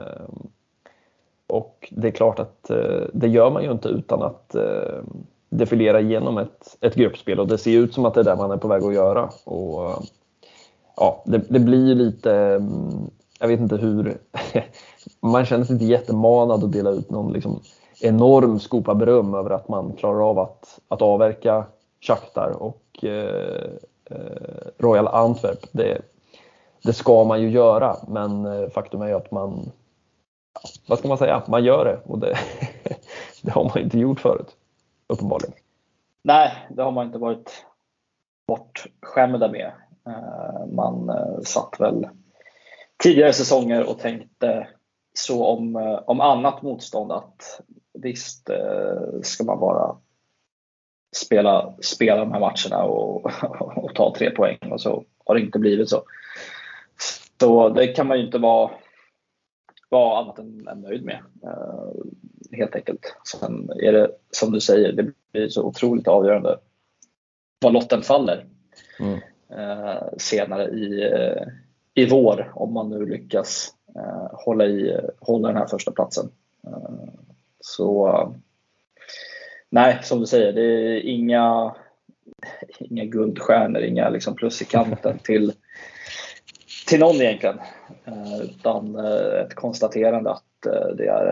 [SPEAKER 1] Och det är klart att det gör man ju inte utan att defilera igenom ett gruppspel, och det ser ut som att det är där man är på väg att göra. Och det blir lite, jag vet inte hur man känner sig inte jättemanad att dela ut någon liksom enorm skopa beröm över att man klarar av att avverka Shakhtar och Royal Antwerp. Det ska man ju göra, men faktum är ju att man, vad ska man säga, man gör det, och det har man inte gjort förut, uppenbarligen.
[SPEAKER 2] Nej, det har man inte varit bortskämda med. Man satt väl tidigare säsonger och tänkte så om annat motstånd, att visst ska man bara spela de här matcherna och ta 3 poäng, och så har det inte blivit så. Så det kan man ju inte vara annat än nöjd med, helt enkelt. Sen är det som du säger, det blir så otroligt avgörande var lotten faller senare i vår, om man nu lyckas hålla den här första platsen. Så nej, som du säger, det är inga guldstjärnor, inga liksom plus i kanten till någon egentligen, utan ett konstaterande att det är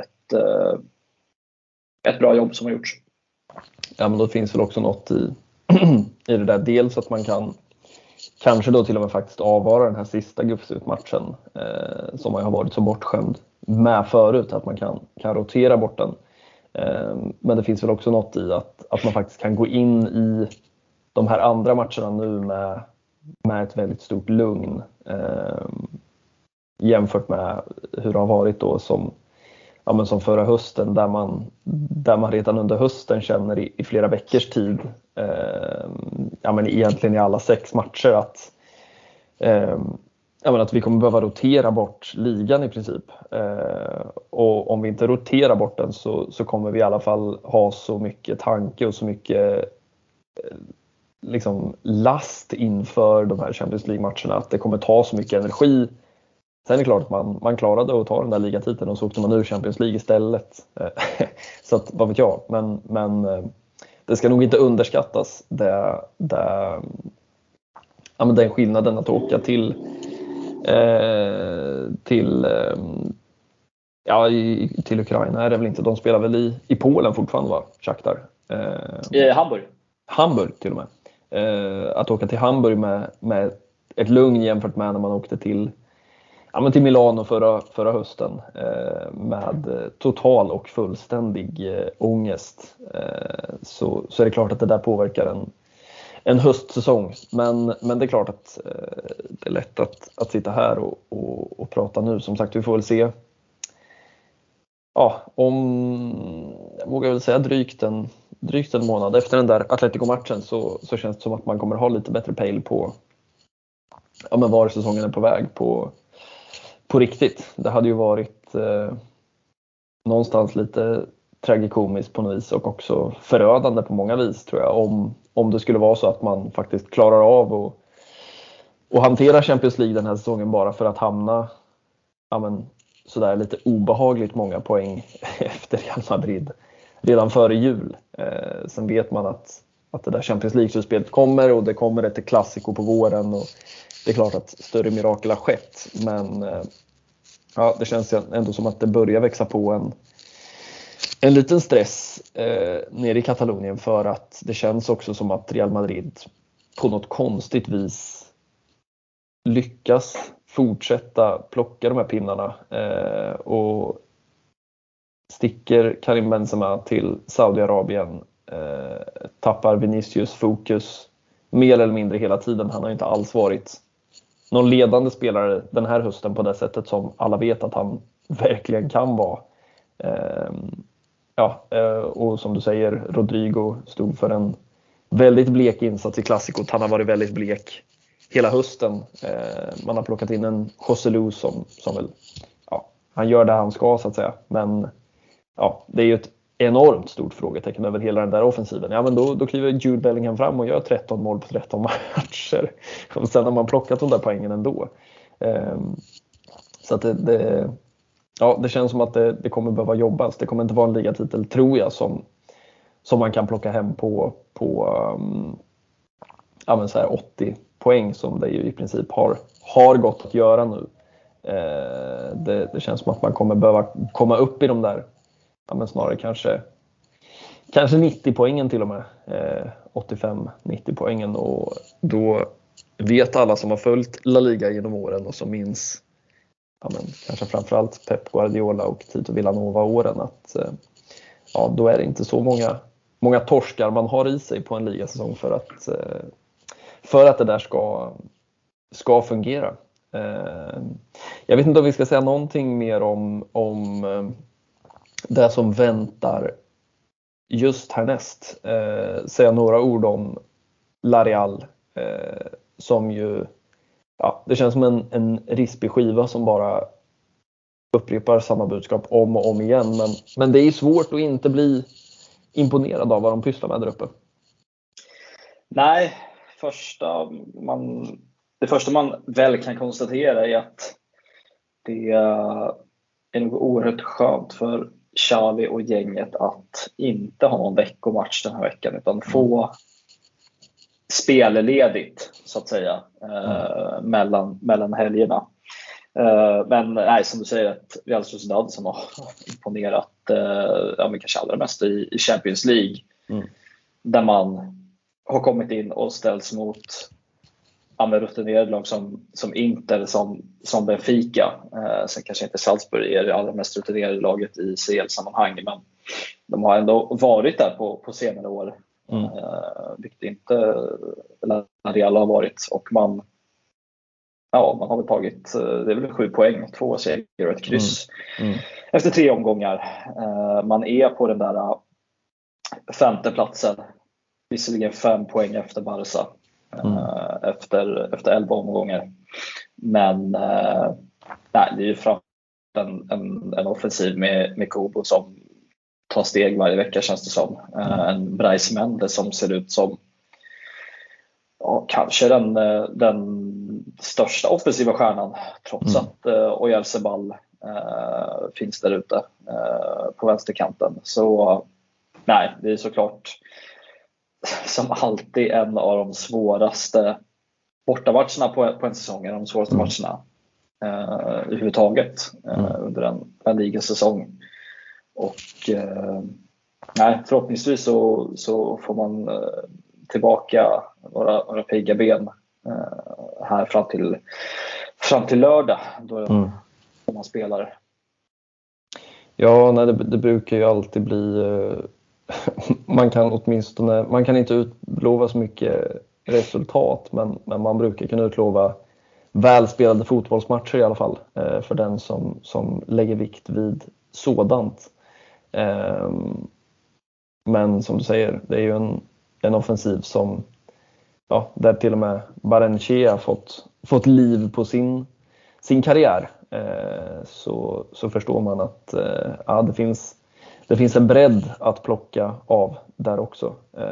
[SPEAKER 2] ett bra jobb som har gjorts.
[SPEAKER 1] Ja, men då finns väl också något i det där, dels att man kan kanske då till och med faktiskt avvara den här sista gruppslutmatchen som man har varit så bortskämd med förut, att man kan rotera bort den. Men det finns väl också något i att man faktiskt kan gå in i de här andra matcherna nu med ett väldigt stort lugn, jämfört med hur det har varit då som förra hösten, där där man redan under hösten känner i flera veckors tid, men egentligen i alla 6 matcher att att vi kommer behöva rotera bort ligan i princip. Och om vi inte roterar bort den så kommer vi i alla fall ha så mycket tanke och så mycket liksom last inför de här Champions League-matcherna att det kommer ta så mycket energi. Sen är det klart att man klarade att ta den där ligatiteln och så åkte man ur Champions League istället. Så att, vad vet jag. Men det ska nog inte underskattas den skillnaden att åka till Ukraina är det väl inte. De spelar väl i Polen fortfarande, va? Shakhtar.
[SPEAKER 2] I Hamburg.
[SPEAKER 1] Hamburg till och med. Att åka till Hamburg med ett lugn jämfört med när man åkte till Milano förra hösten med total och fullständig ångest. Så är det klart att det där påverkar en höstsäsong. Men det är klart att det är lätt att sitta här och prata nu. Som sagt, vi får väl se. Ja, jag vågar väl säga drygt en månad efter den där Atletico-matchen så känns det som att man kommer ha lite bättre pejl på var säsongen är på väg på riktigt. Det hade ju varit någonstans lite tragikomiskt på något vis och också förödande på många vis, tror jag, om det skulle vara så att man faktiskt klarar av och hantera Champions League den här säsongen bara för att hamna sådär lite obehagligt många poäng efter Real Madrid redan före jul. Sen vet man att det där Champions League-spelet kommer och det kommer ett klassiko på våren och det är klart att större mirakel har skett, men det känns ändå som att det börjar växa på en liten stress nere i Katalonien, för att det känns också som att Real Madrid på något konstigt vis lyckas fortsätta plocka de här pinnarna och sticker Karim Benzema till Saudiarabien, tappar Vinicius fokus mer eller mindre hela tiden. Han har inte alls varit någon ledande spelare den här hösten på det sättet som alla vet att han verkligen kan vara. Och som du säger, Rodrigo stod för en väldigt blek insats i klassikot. Han har varit väldigt blek hela hösten. Man har plockat in en José Lu som väl, han gör det han ska, så att säga. Men det är ju ett enormt stort frågetecken över hela den där offensiven. Men då kliver Jude Bellingham fram och gör 13 mål på 13 matcher. Och sen har man plockat de där poängen ändå. Så att det känns som att det kommer behöva jobbas. Det kommer inte vara en ligatitel, tror jag, som man kan plocka hem på så här 80 poäng som det ju i princip har gått att göra nu. Det känns som att man kommer behöva komma upp i de där snarare kanske 90 poängen till och med, 85-90 poängen, och då vet alla som har följt La Liga genom åren och som minns kanske framförallt Pep Guardiola och Tito Villanova-åren att då är det inte så många torskar man har i sig på en ligasäsong för att det där ska fungera. Jag vet inte om vi ska säga någonting mer om det som väntar just härnäst. Säga några ord om La Real, som ju det känns som en rispig skiva som bara upprepar samma budskap om och om igen, men det är svårt att inte bli imponerad av vad de pysslar med där uppe.
[SPEAKER 2] Nej, det första man väl kan konstatera är att det är nog oerhört skönt för Xavi och gänget att inte ha någon veckomatch den här veckan, utan få spelledigt, så att säga, mellan helgerna. Men nej, som du säger, att Real Sociedad som har imponerat kanske allra mest i Champions League, där man har kommit in och ställts mot rutinerade lag som Inter, som Benfica. Sen kanske inte Salzburg är det allra mest rutinerade laget i CL-sammanhang, men de har ändå varit där på senare år. Vilket inte Real har varit, och man har väl tagit, det är väl 7 poäng, 2 segrar och ett kryss efter 3 omgångar. Man är på den där Femteplatsen. Visserligen 5 poäng efter Barca. Efter 11 omgångar. Men nej, det är ju fram en offensiv med Kubo som tar steg varje vecka, känns det som. En Brais Mendes som ser ut som kanske den största offensiva stjärnan, trots att Oyarzabal finns där ute på vänsterkanten. Så nej, det är såklart som alltid en av de svåraste bortamatcherna på en säsong, en av de svåraste matcherna överhuvudtaget under en ligasäsong. Och nej, förhoppningsvis så får man tillbaka några pigga ben här fram till lördag då man spelar.
[SPEAKER 1] Ja, nej, det brukar ju alltid bli man kan inte utlova så mycket resultat, men man brukar kunna utlova välspelade fotbollsmatcher i alla fall, för den som lägger vikt vid sådant. Men som du säger, det är ju en offensiv som där till och med Barrenechea fått liv på sin karriär. Så förstår man att det finns en bredd att plocka av där också.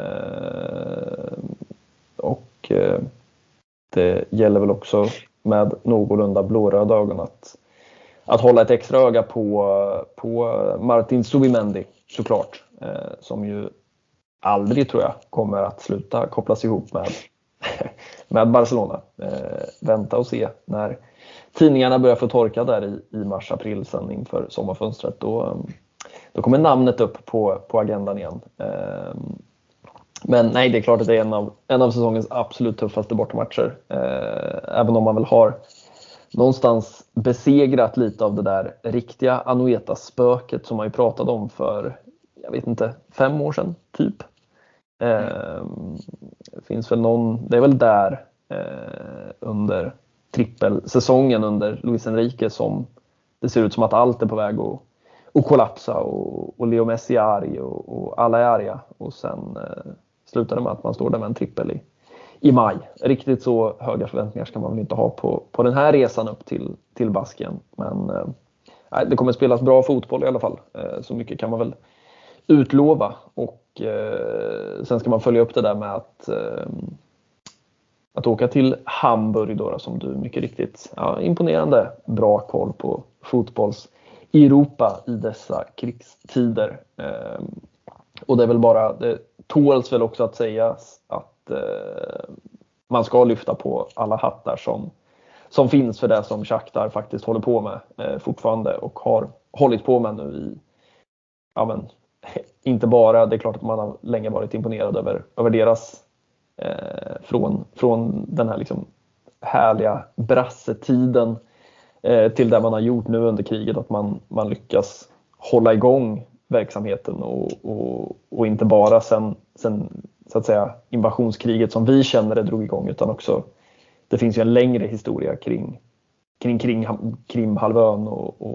[SPEAKER 1] Och det gäller väl också med någorlunda blåröda ögon att hålla ett extra öga på Martin Zubimendi, såklart. Som ju aldrig, tror jag, kommer att sluta kopplas ihop med Barcelona. Vänta och se när tidningarna börjar få torka där i mars-april sen inför sommarfönstret. Då kommer namnet upp på agendan igen. Men nej, det är klart att det är en av säsongens absolut tuffaste bortamatcher. Även om man väl har någonstans besegrat lite av det där riktiga Anoeta-spöket som man ju pratade om för, jag vet inte, 5 år sedan typ. Finns väl det är väl där under trippelsäsongen under Luis Enrique som det ser ut som att allt är på väg att kollapsa, och Leo Messi är arg och alla är arga, och sen slutar det med att man står där med en trippel i maj. Riktigt så höga förväntningar ska man väl inte ha på den här resan upp till Baskien, men det kommer spelas bra fotboll i alla fall, så mycket kan man väl utlova. Och sen ska man följa upp det där med att åka till Hamburg då, som du mycket riktigt, imponerande bra koll på fotbolls Europa i dessa krigstider. Och det är väl bara, det tåls väl också att säga att man ska lyfta på alla hattar som finns för det som Shakhtar faktiskt håller på med fortfarande och har hållit på med nu inte bara, det är klart att man har länge varit imponerad över deras från den här liksom härliga brassetiden till det man har gjort nu under kriget, att man lyckas hålla igång verksamheten och inte bara sen så att säga invasionskriget som vi känner det drog igång, utan också det finns ju en längre historia kring Krimhalvön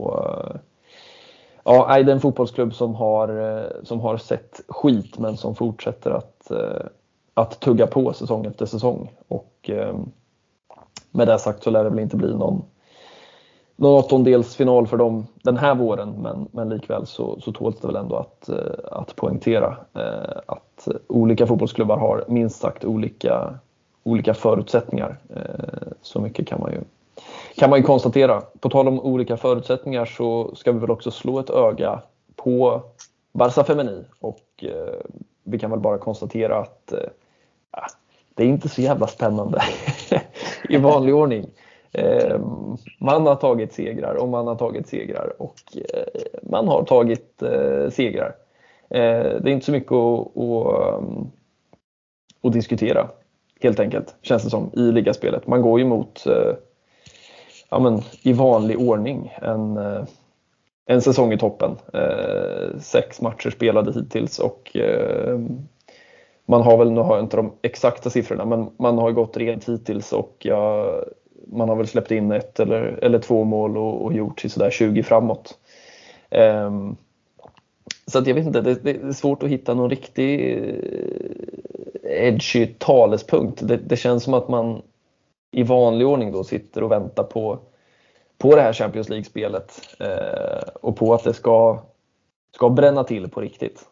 [SPEAKER 1] det är en fotbollsklubb som har sett skit men som fortsätter att tugga på säsong efter säsong, och med det sagt så lär det väl inte bli någon åttondelsfinal för dem den här våren, men likväl så tåls det väl ändå att poängtera att olika fotbollsklubbar har minst sagt olika förutsättningar. Så mycket kan man ju konstatera. På tal om olika förutsättningar så ska vi väl också slå ett öga på Barça Femení, och vi kan väl bara konstatera att det är inte så jävla spännande i vanlig ordning. Man har tagit segrar och man har tagit segrar segrar. Det är inte så mycket att diskutera, helt enkelt, känns det som, i ligaspelet. Man går ju mot i vanlig ordning en säsong i toppen. 6 matcher spelade hittills, och man har väl, nu har jag inte de exakta siffrorna, men man har gått rent hittills, och man har väl släppt in 1 eller 2 mål och gjort till sådär 20 framåt. Så att jag vet inte, det är svårt att hitta någon riktig edgy talespunkt. Det känns som att man i vanlig ordning då sitter och väntar på det här Champions League-spelet och på att det ska bränna till på riktigt.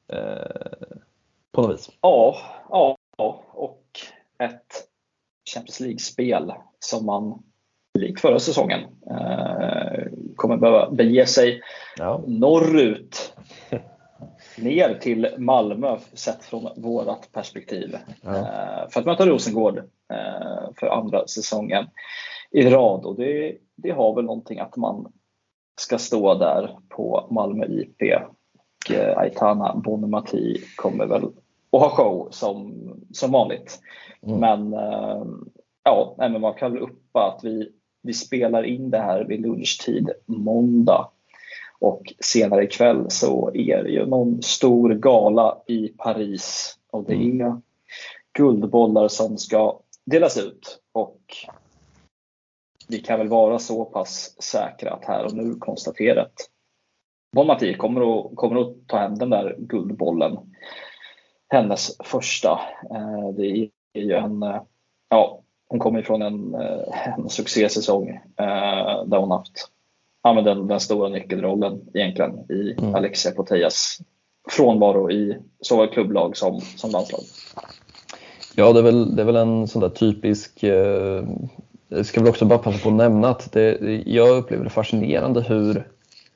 [SPEAKER 1] På något vis.
[SPEAKER 2] Ja, och ett Champions League-spel som man lik förra säsongen kommer behöva bege sig norrut ner till Malmö sett från vårat perspektiv för att möta Rosengård för andra säsongen i rad, och det har väl någonting att man ska stå där på Malmö IP och Aitana Bonmati kommer väl att ha show som vanligt. Men men man kan väl uppa att vi spelar in det här vid lunchtid måndag, och senare ikväll så är det ju någon stor gala i Paris, och det är guldbollar som ska delas ut, och vi kan väl vara så pass säkra att här och nu konstaterat Bonmati kommer att ta hem den där guldbollen, hennes första. Det är ju hon kommer ifrån en succésäsong där hon haft den stora nyckelrollen egentligen i Alexia Putellas frånvaro i såväl klubblag som landslag.
[SPEAKER 1] Ja, det är väl en sån där typisk, ska väl också bara passa på att nämna att jag upplever det fascinerande hur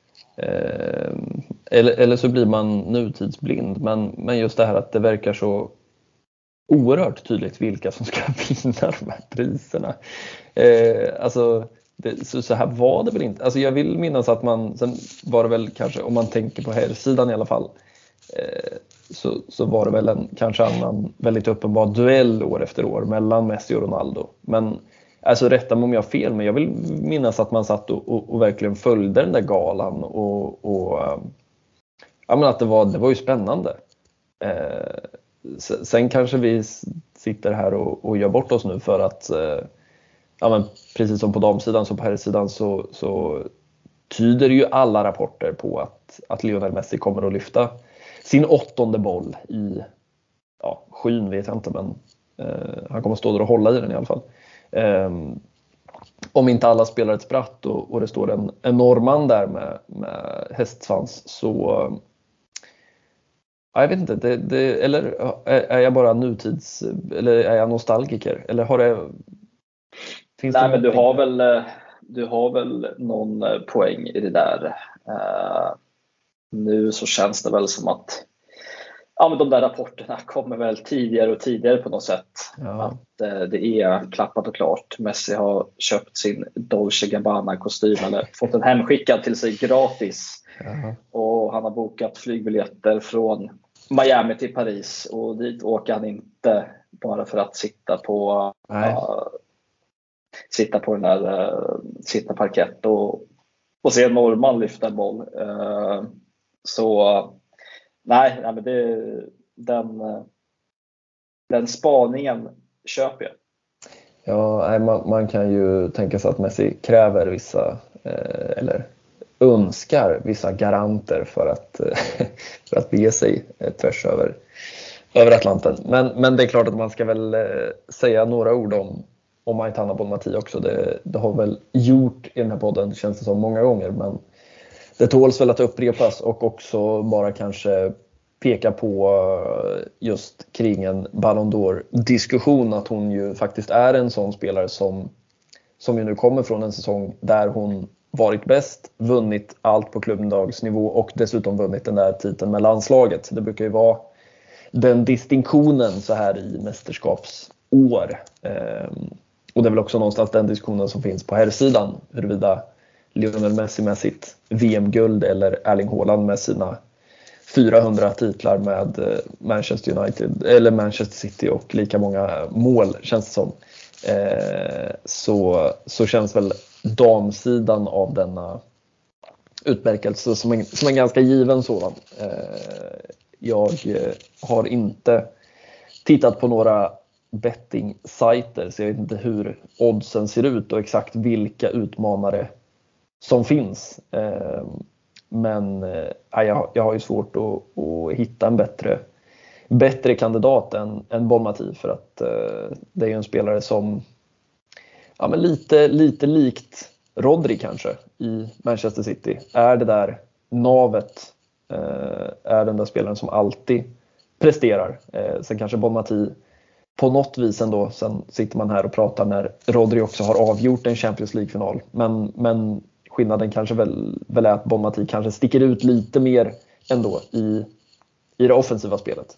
[SPEAKER 1] eller så blir man nutidsblind, men just det här att det verkar så oerhört tydligt vilka som ska vinna de här priserna. Alltså så här var det väl inte. Alltså jag vill minnas att sen var det väl kanske, om man tänker på här sidan i alla fall, så var det väl en kanske annan väldigt uppenbar duell år efter år mellan Messi och Ronaldo. Men alltså rätta mig om jag har fel, men jag vill minnas att man satt och verkligen följde den där galan och men att det var ju spännande. Sen kanske vi sitter här och gör bort oss nu för att men precis som på damsidan så på herrsidan så tyder ju alla rapporter på att Lionel Messi kommer att lyfta sin 8:e boll i skyn vet jag inte, men han kommer att stå där och hålla i den i alla fall. Om inte alla spelar ett spratt och det står en norrman där med hästsvans, så jag vet inte, eller är jag bara nutids, eller är jag nostalgiker, eller har det finns det? Nej,
[SPEAKER 2] men du har väl någon poäng i det där. Nu så känns det väl som att men de där rapporterna kommer väl tidigare och tidigare på något sätt. Att det är klappat och klart. Messi har köpt sin Dolce Gabbana-kostym eller fått den hemskickad till sig gratis. Och han har bokat flygbiljetter från Miami till Paris, och dit åker han inte bara för att sitta på den där sitta parkett och se en norrman lyfta en boll. Så nej, men den spaningen köper jag.
[SPEAKER 1] Ja, man kan ju tänka sig att Messi kräver vissa eller önskar vissa garanter för att bege sig tvärs över Atlanten. Men det är klart att man ska väl säga några ord om Aitana Bonmati också. Det har väl gjort i den här podden, känns det som, många gånger, men det tåls väl att upprepas, och också bara kanske peka på just kring en Ballon d'Or-diskussion att hon ju faktiskt är en sån spelare som ju nu kommer från en säsong där hon varit bäst, vunnit allt på klubblagsnivå och dessutom vunnit den där titeln med landslaget. Det brukar ju vara den distinktionen så här i mästerskapsår. Och det är väl också någonstans den diskussionen som finns på herrsidan, huruvida Lionel Messi med sitt VM-guld eller Erling Haaland med sina 400 titlar med Manchester United eller Manchester City och lika många mål, känns det som. Så känns väl damsidan av denna utmärkelse som en ganska given sådan. Jag har inte tittat på några betting-sajter, så jag vet inte hur oddsen ser ut och exakt vilka utmanare som finns. Men jag har ju svårt att hitta en bättre kandidat än Bonmati, för att det är ju en spelare som men lite likt Rodri kanske i Manchester City är det där navet, är den där spelaren som alltid presterar. Sen kanske Bonmati på något vis ändå, sen sitter man här och pratar när Rodri också har avgjort en Champions League-final, men skillnaden kanske väl är att Bonmati kanske sticker ut lite mer ändå i det offensiva spelet.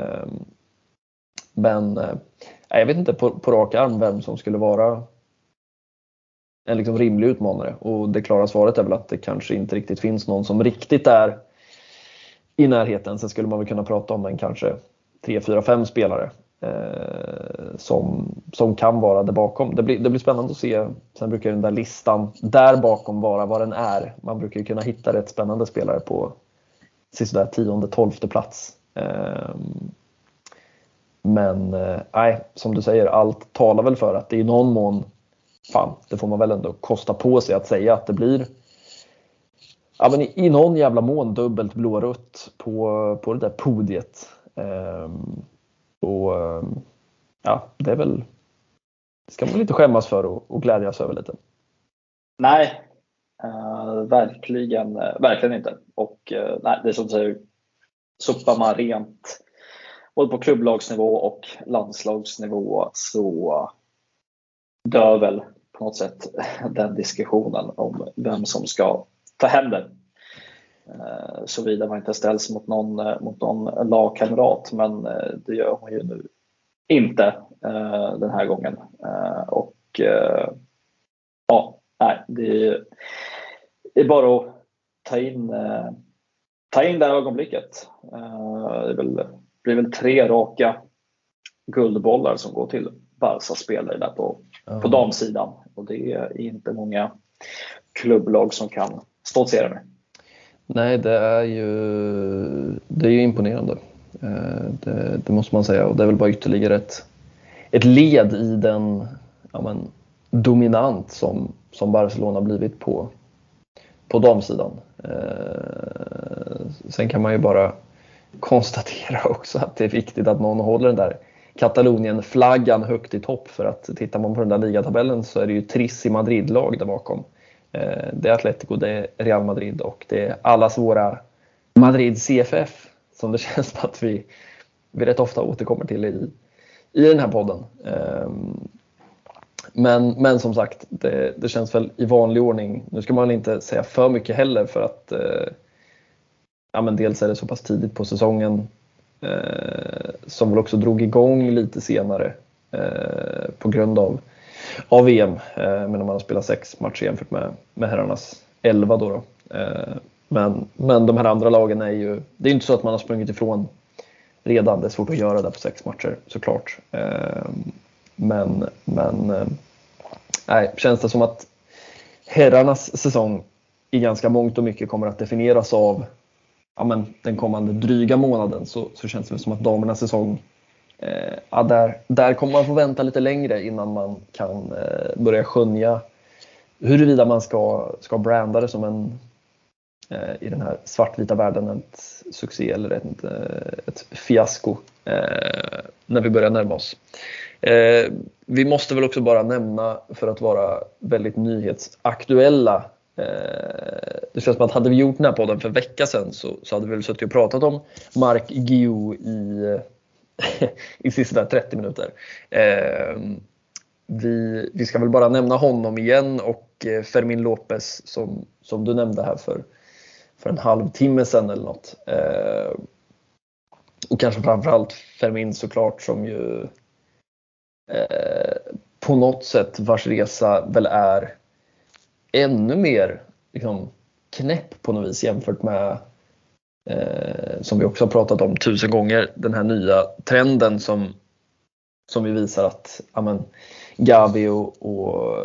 [SPEAKER 1] Men jag vet inte på rak arm vem som skulle vara en liksom rimlig utmanare, och det klara svaret är väl att det kanske inte riktigt finns någon som riktigt är i närheten. Sen skulle man väl kunna prata om en kanske 3, 4, 5 spelare som kan vara där bakom. Det blir spännande att se. Sen brukar den där listan där bakom vara vad den är. Man brukar ju kunna hitta rätt spännande spelare på sådär 10:e, 12:e plats. Men som du säger, allt talar väl för att det i någon mån, det får man väl ändå kosta på sig att säga, att det blir men i någon jävla mån dubbelt blårött på det där podiet. Det är väl, ska man inte skämmas för och glädjas över lite.
[SPEAKER 2] Nej, verkligen inte. Och nej, det är som du säger, sopar man rent både på klubblagsnivå och landslagsnivå, så dör väl på något sätt den diskussionen om vem som ska ta hem det. Såvida man inte ställs mot någon lagkamrat, men det gör man ju nu inte den här gången. Det är bara att ta in det här ögonblicket. Det blir väl 3 raka guldbollar som går till Barca-spelare där på damsidan, och det är inte många klubblag som kan stoltsera med.
[SPEAKER 1] Nej, det är ju imponerande. Det måste man säga, och det är väl bara ytterligare ett led i den dominant som Barcelona blivit på damsidan. Sen kan man ju bara konstatera också att det är viktigt att någon håller den där Katalonien-flaggan högt i topp, för att tittar man på den där ligatabellen så är det ju Tris i Madrid-lag där bakom. Det är Atletico, det är Real Madrid och det är allas våra Madrid CFF, som det känns som att vi rätt ofta återkommer till i den här podden. Men som sagt, det känns väl i vanlig ordning. Nu ska man inte säga för mycket heller, för att dels är det så pass tidigt på säsongen, som väl också drog igång lite senare på grund av VM, men man har spelat 6 matcher jämfört med herrarnas 11 då. Men de här andra lagen det är inte så att man har sprungit ifrån redan. Det är svårt att göra det på 6 matcher såklart. Känns det som att herrarnas säsong i ganska mångt och mycket kommer att definieras av den kommande dryga månaden, så känns det som att damernas säsong, där kommer man få vänta lite längre innan man kan börja skönja huruvida man ska branda det som en i den här svartvita världen ett succé eller ett fiasko när vi börjar närma oss. Vi måste väl också bara nämna, för att vara väldigt nyhetsaktuella, det känns som att hade vi gjort den här podden för en vecka sedan så hade vi väl suttit och pratat om Marc Guiu i sista 30 minuter. Vi ska väl bara nämna honom igen, och Fermin Lopez som du nämnde här för en halvtimme sedan eller något. Och kanske framförallt Fermin såklart, som ju på något sätt vars resa väl är ännu mer liksom knäpp på något vis jämfört med som vi också har pratat om 1000 gånger, den här nya trenden som vi visar att Gavi och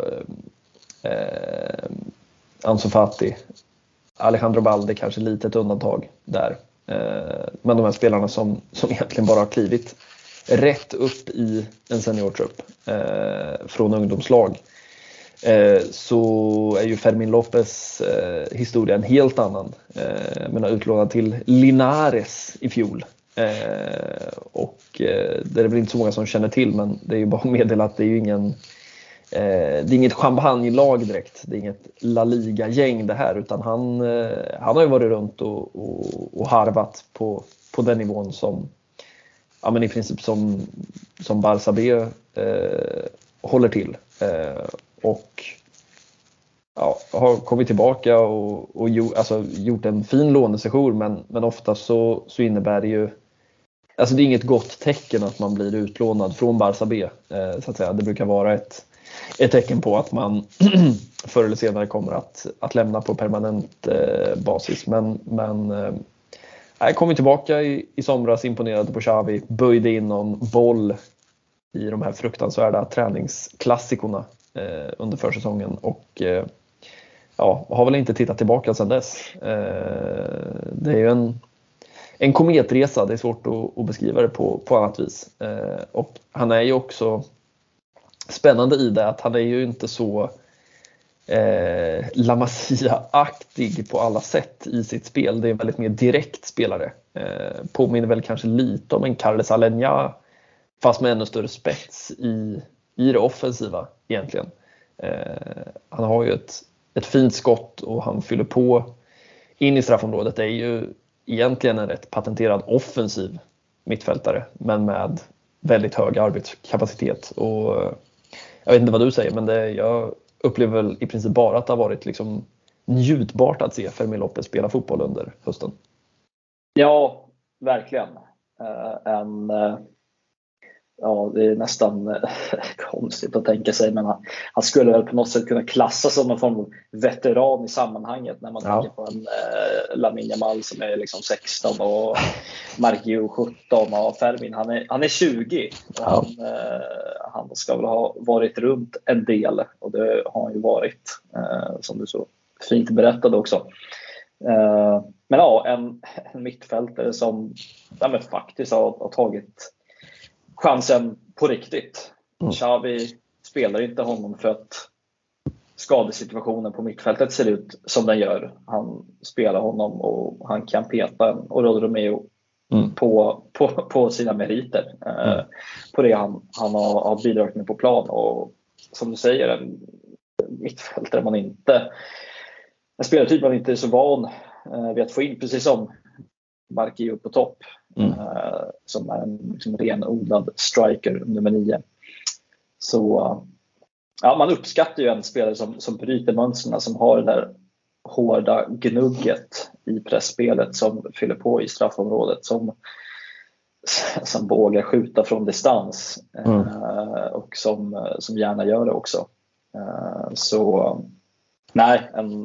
[SPEAKER 1] Ansu Fati, Alejandro Balde kanske lite ett undantag där, men de här spelarna som egentligen bara har klivit rätt upp i en seniortrupp från ungdomslag, så är ju Fermin Lopez historia en helt annan. Men har utlånad till Linares i fjol. Och det är väl inte så många som känner till, men det är ju bara att meddela att det är ju det är inget champagnelag direkt. Det är inget La Liga-gäng det här, utan han har ju varit runt och harvat på den nivån som, ja, men i princip som Barça B håller till. Och ja, har kommit tillbaka och gjort en fin lånesession, men ofta så innebär det ju, alltså det är inget gott tecken att man blir utlånad från Barça B, så att säga. Det brukar vara ett tecken på att man förr eller senare kommer att lämna på permanent basis. Men jag kom tillbaka i somras, imponerade på Xavi, böjde in någon boll i de här fruktansvärda träningsklassikorna under försäsongen och har väl inte tittat tillbaka sedan dess. Det är ju en kometresa, det är svårt att beskriva det på annat vis. Och han är ju också spännande i det att han är ju inte så La Masia-aktig på alla sätt i sitt spel. Det är en väldigt mer direkt spelare. Påminner väl kanske lite om en Carles Alenya, fast med ännu större spets i det offensiva egentligen. Han har ju ett fint skott och han fyller på in i straffområdet. Det är ju egentligen en rätt patenterad offensiv mittfältare, men med väldigt hög arbetskapacitet. Och jag vet inte vad du säger, men jag upplever väl i princip bara att det har varit liksom njutbart att se Fermin Lopez spela fotboll under hösten.
[SPEAKER 2] Ja, verkligen. Det är nästan konstigt att tänka sig, men han skulle väl på något sätt kunna klassas som någon form av veteran i sammanhanget när man tänker på en Lamine Yamal som är liksom 16 och Marquinhos 17 och Fermin han är 20 och han ska väl ha varit runt en del, och det har han ju varit, som du så fint berättade också. Men ja, en mittfältare som faktiskt har tagit chansen på riktigt. Xavi spelar inte honom för att skadesituationen på mittfältet ser ut som den gör. Han spelar honom och han kan peta och Rodri Romeo på sina meriter. På det han har bidragit med på plan. Och som du säger, en mittfältare en spelartyp man inte är så van vid att få in, precis som Marquinhos på topp. Som är en liksom renodlad striker, nummer 9. Så man uppskattar ju en spelare som bryter mönsterna, som har det där hårda gnugget i pressspelet, som fyller på i straffområdet, som vågar skjuta från distans och som gärna gör det också. Så nej,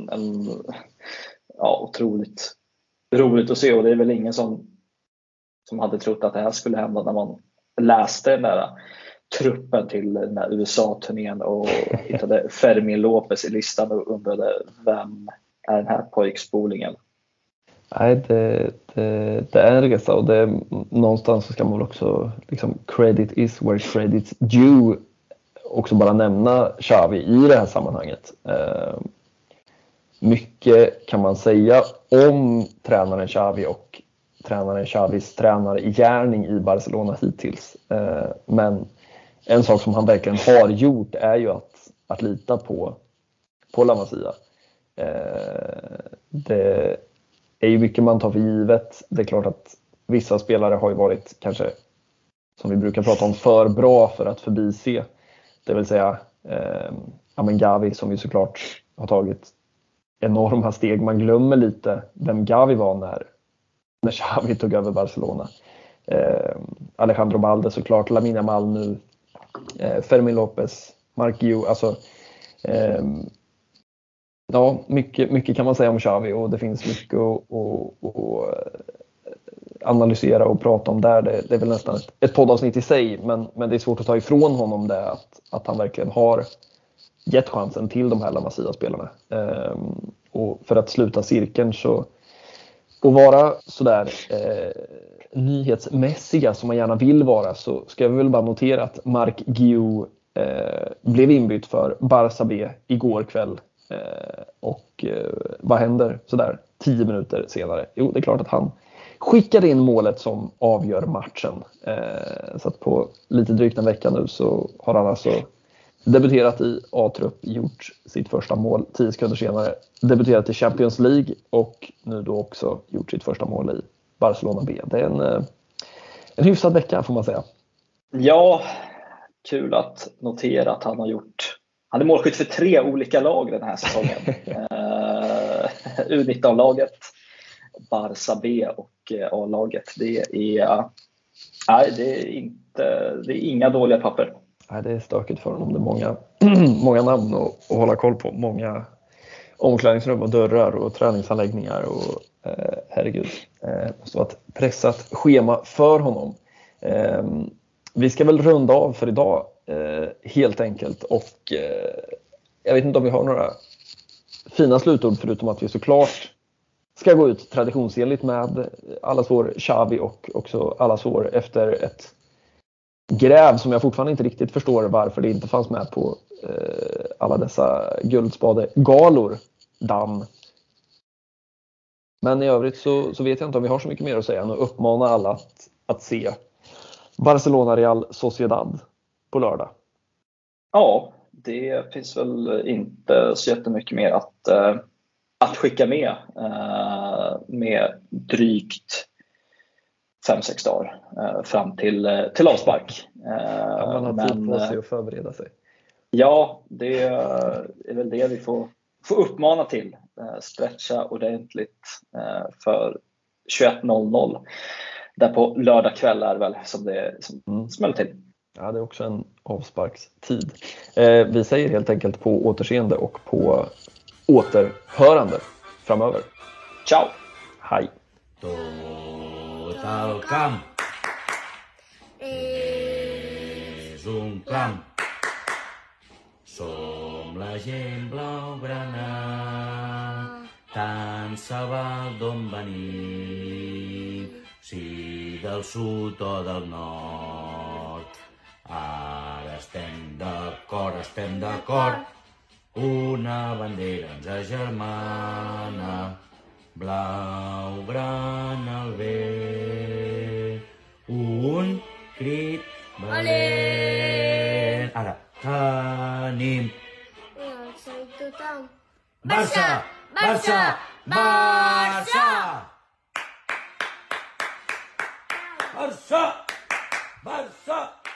[SPEAKER 2] otroligt roligt att se, och det är väl ingen som hade trott att det här skulle hända när man läste den där truppen till den där USA-turnén och hittade Fermin Lopez i listan och undrade, vem är den här pojkspolingen?
[SPEAKER 1] Nej, det är en resa, och någonstans så ska man väl också liksom, credit is where credit's due, också bara nämna Xavi i det här sammanhanget. Mycket kan man säga om tränaren Xavi och tränaren Xavis tränargärning i Barcelona hittills. Men en sak som han verkligen har gjort är ju att lita på La Masia. Det är ju mycket man tar för givet. Det är klart att vissa spelare har ju varit kanske, som vi brukar prata om, för bra för att förbise. Det vill säga Gavi, som ju såklart har tagit enorma steg. Man glömmer lite vem Gavi var när Xavi tog över Barcelona. Alejandro Balde såklart, Lamine Yamal nu, Fermin Lopez, Marquinhos, alltså mycket kan man säga om Xavi, och det finns mycket att analysera och prata om där. Det är väl nästan ett poddavsnitt i sig, men det är svårt att ta ifrån honom det, att han verkligen har gett chansen till de här La Masia-spelarna. Och för att sluta cirkeln, så och vara sådär nyhetsmässiga som man gärna vill vara, så ska vi väl bara notera att Marc Guiu blev inbytt för Barça B igår kväll. Och vad händer sådär 10 minuter senare? Jo, det är klart att han skickade in målet som avgör matchen. Så att på lite drygt en vecka nu så har han alltså debuterat i A-trupp, gjort sitt första mål 10 sekunder senare, debuterat i Champions League och nu då också gjort sitt första mål i Barcelona B. Det är en hyfsad vecka får man säga.
[SPEAKER 2] Ja, kul att notera att han är målskytt för 3 olika lag den här säsongen. U19-laget, Barça B och A-laget. Det är inga dåliga papper.
[SPEAKER 1] Nej, det är stökigt för honom. Det är många namn att hålla koll på. Många omklädningsrum och dörrar och träningsanläggningar. Och herregud, det måste vara ett pressat schema för honom. Vi ska väl runda av för idag helt enkelt. Och jag vet inte om vi har några fina slutord förutom att vi såklart ska gå ut traditionsenligt med allas vår Xavi och också allas vår efter ett gräv som jag fortfarande inte riktigt förstår varför det inte fanns med på alla dessa guldspadegalor, damm. Men i övrigt så vet jag inte om vi har så mycket mer att säga än att uppmana alla att se Barcelona Real Sociedad på lördag.
[SPEAKER 2] Ja, det finns väl inte så jättemycket mer att skicka med drygt 5-6 dagar fram till avspark.
[SPEAKER 1] Man har tid på sig att förbereda sig.
[SPEAKER 2] Ja, det är väl det vi får uppmana till. Stretcha ordentligt för 21:00. Där på lördag kväll är väl som det smäller till.
[SPEAKER 1] Ja, det är också en avsparkstid. Vi säger helt enkelt på återseende och på återhörande framöver.
[SPEAKER 2] Ciao!
[SPEAKER 1] Hej!
[SPEAKER 3] Tot el camp és un clam. Som la gent blaugrana, tant se val d'on venim, si del sud o del nord. Ara estem d'acord, una bandera ens agermana, blaugrana al vent, un crit valent. Ara tenim Barça! Barça! Barça! Barça! Barça!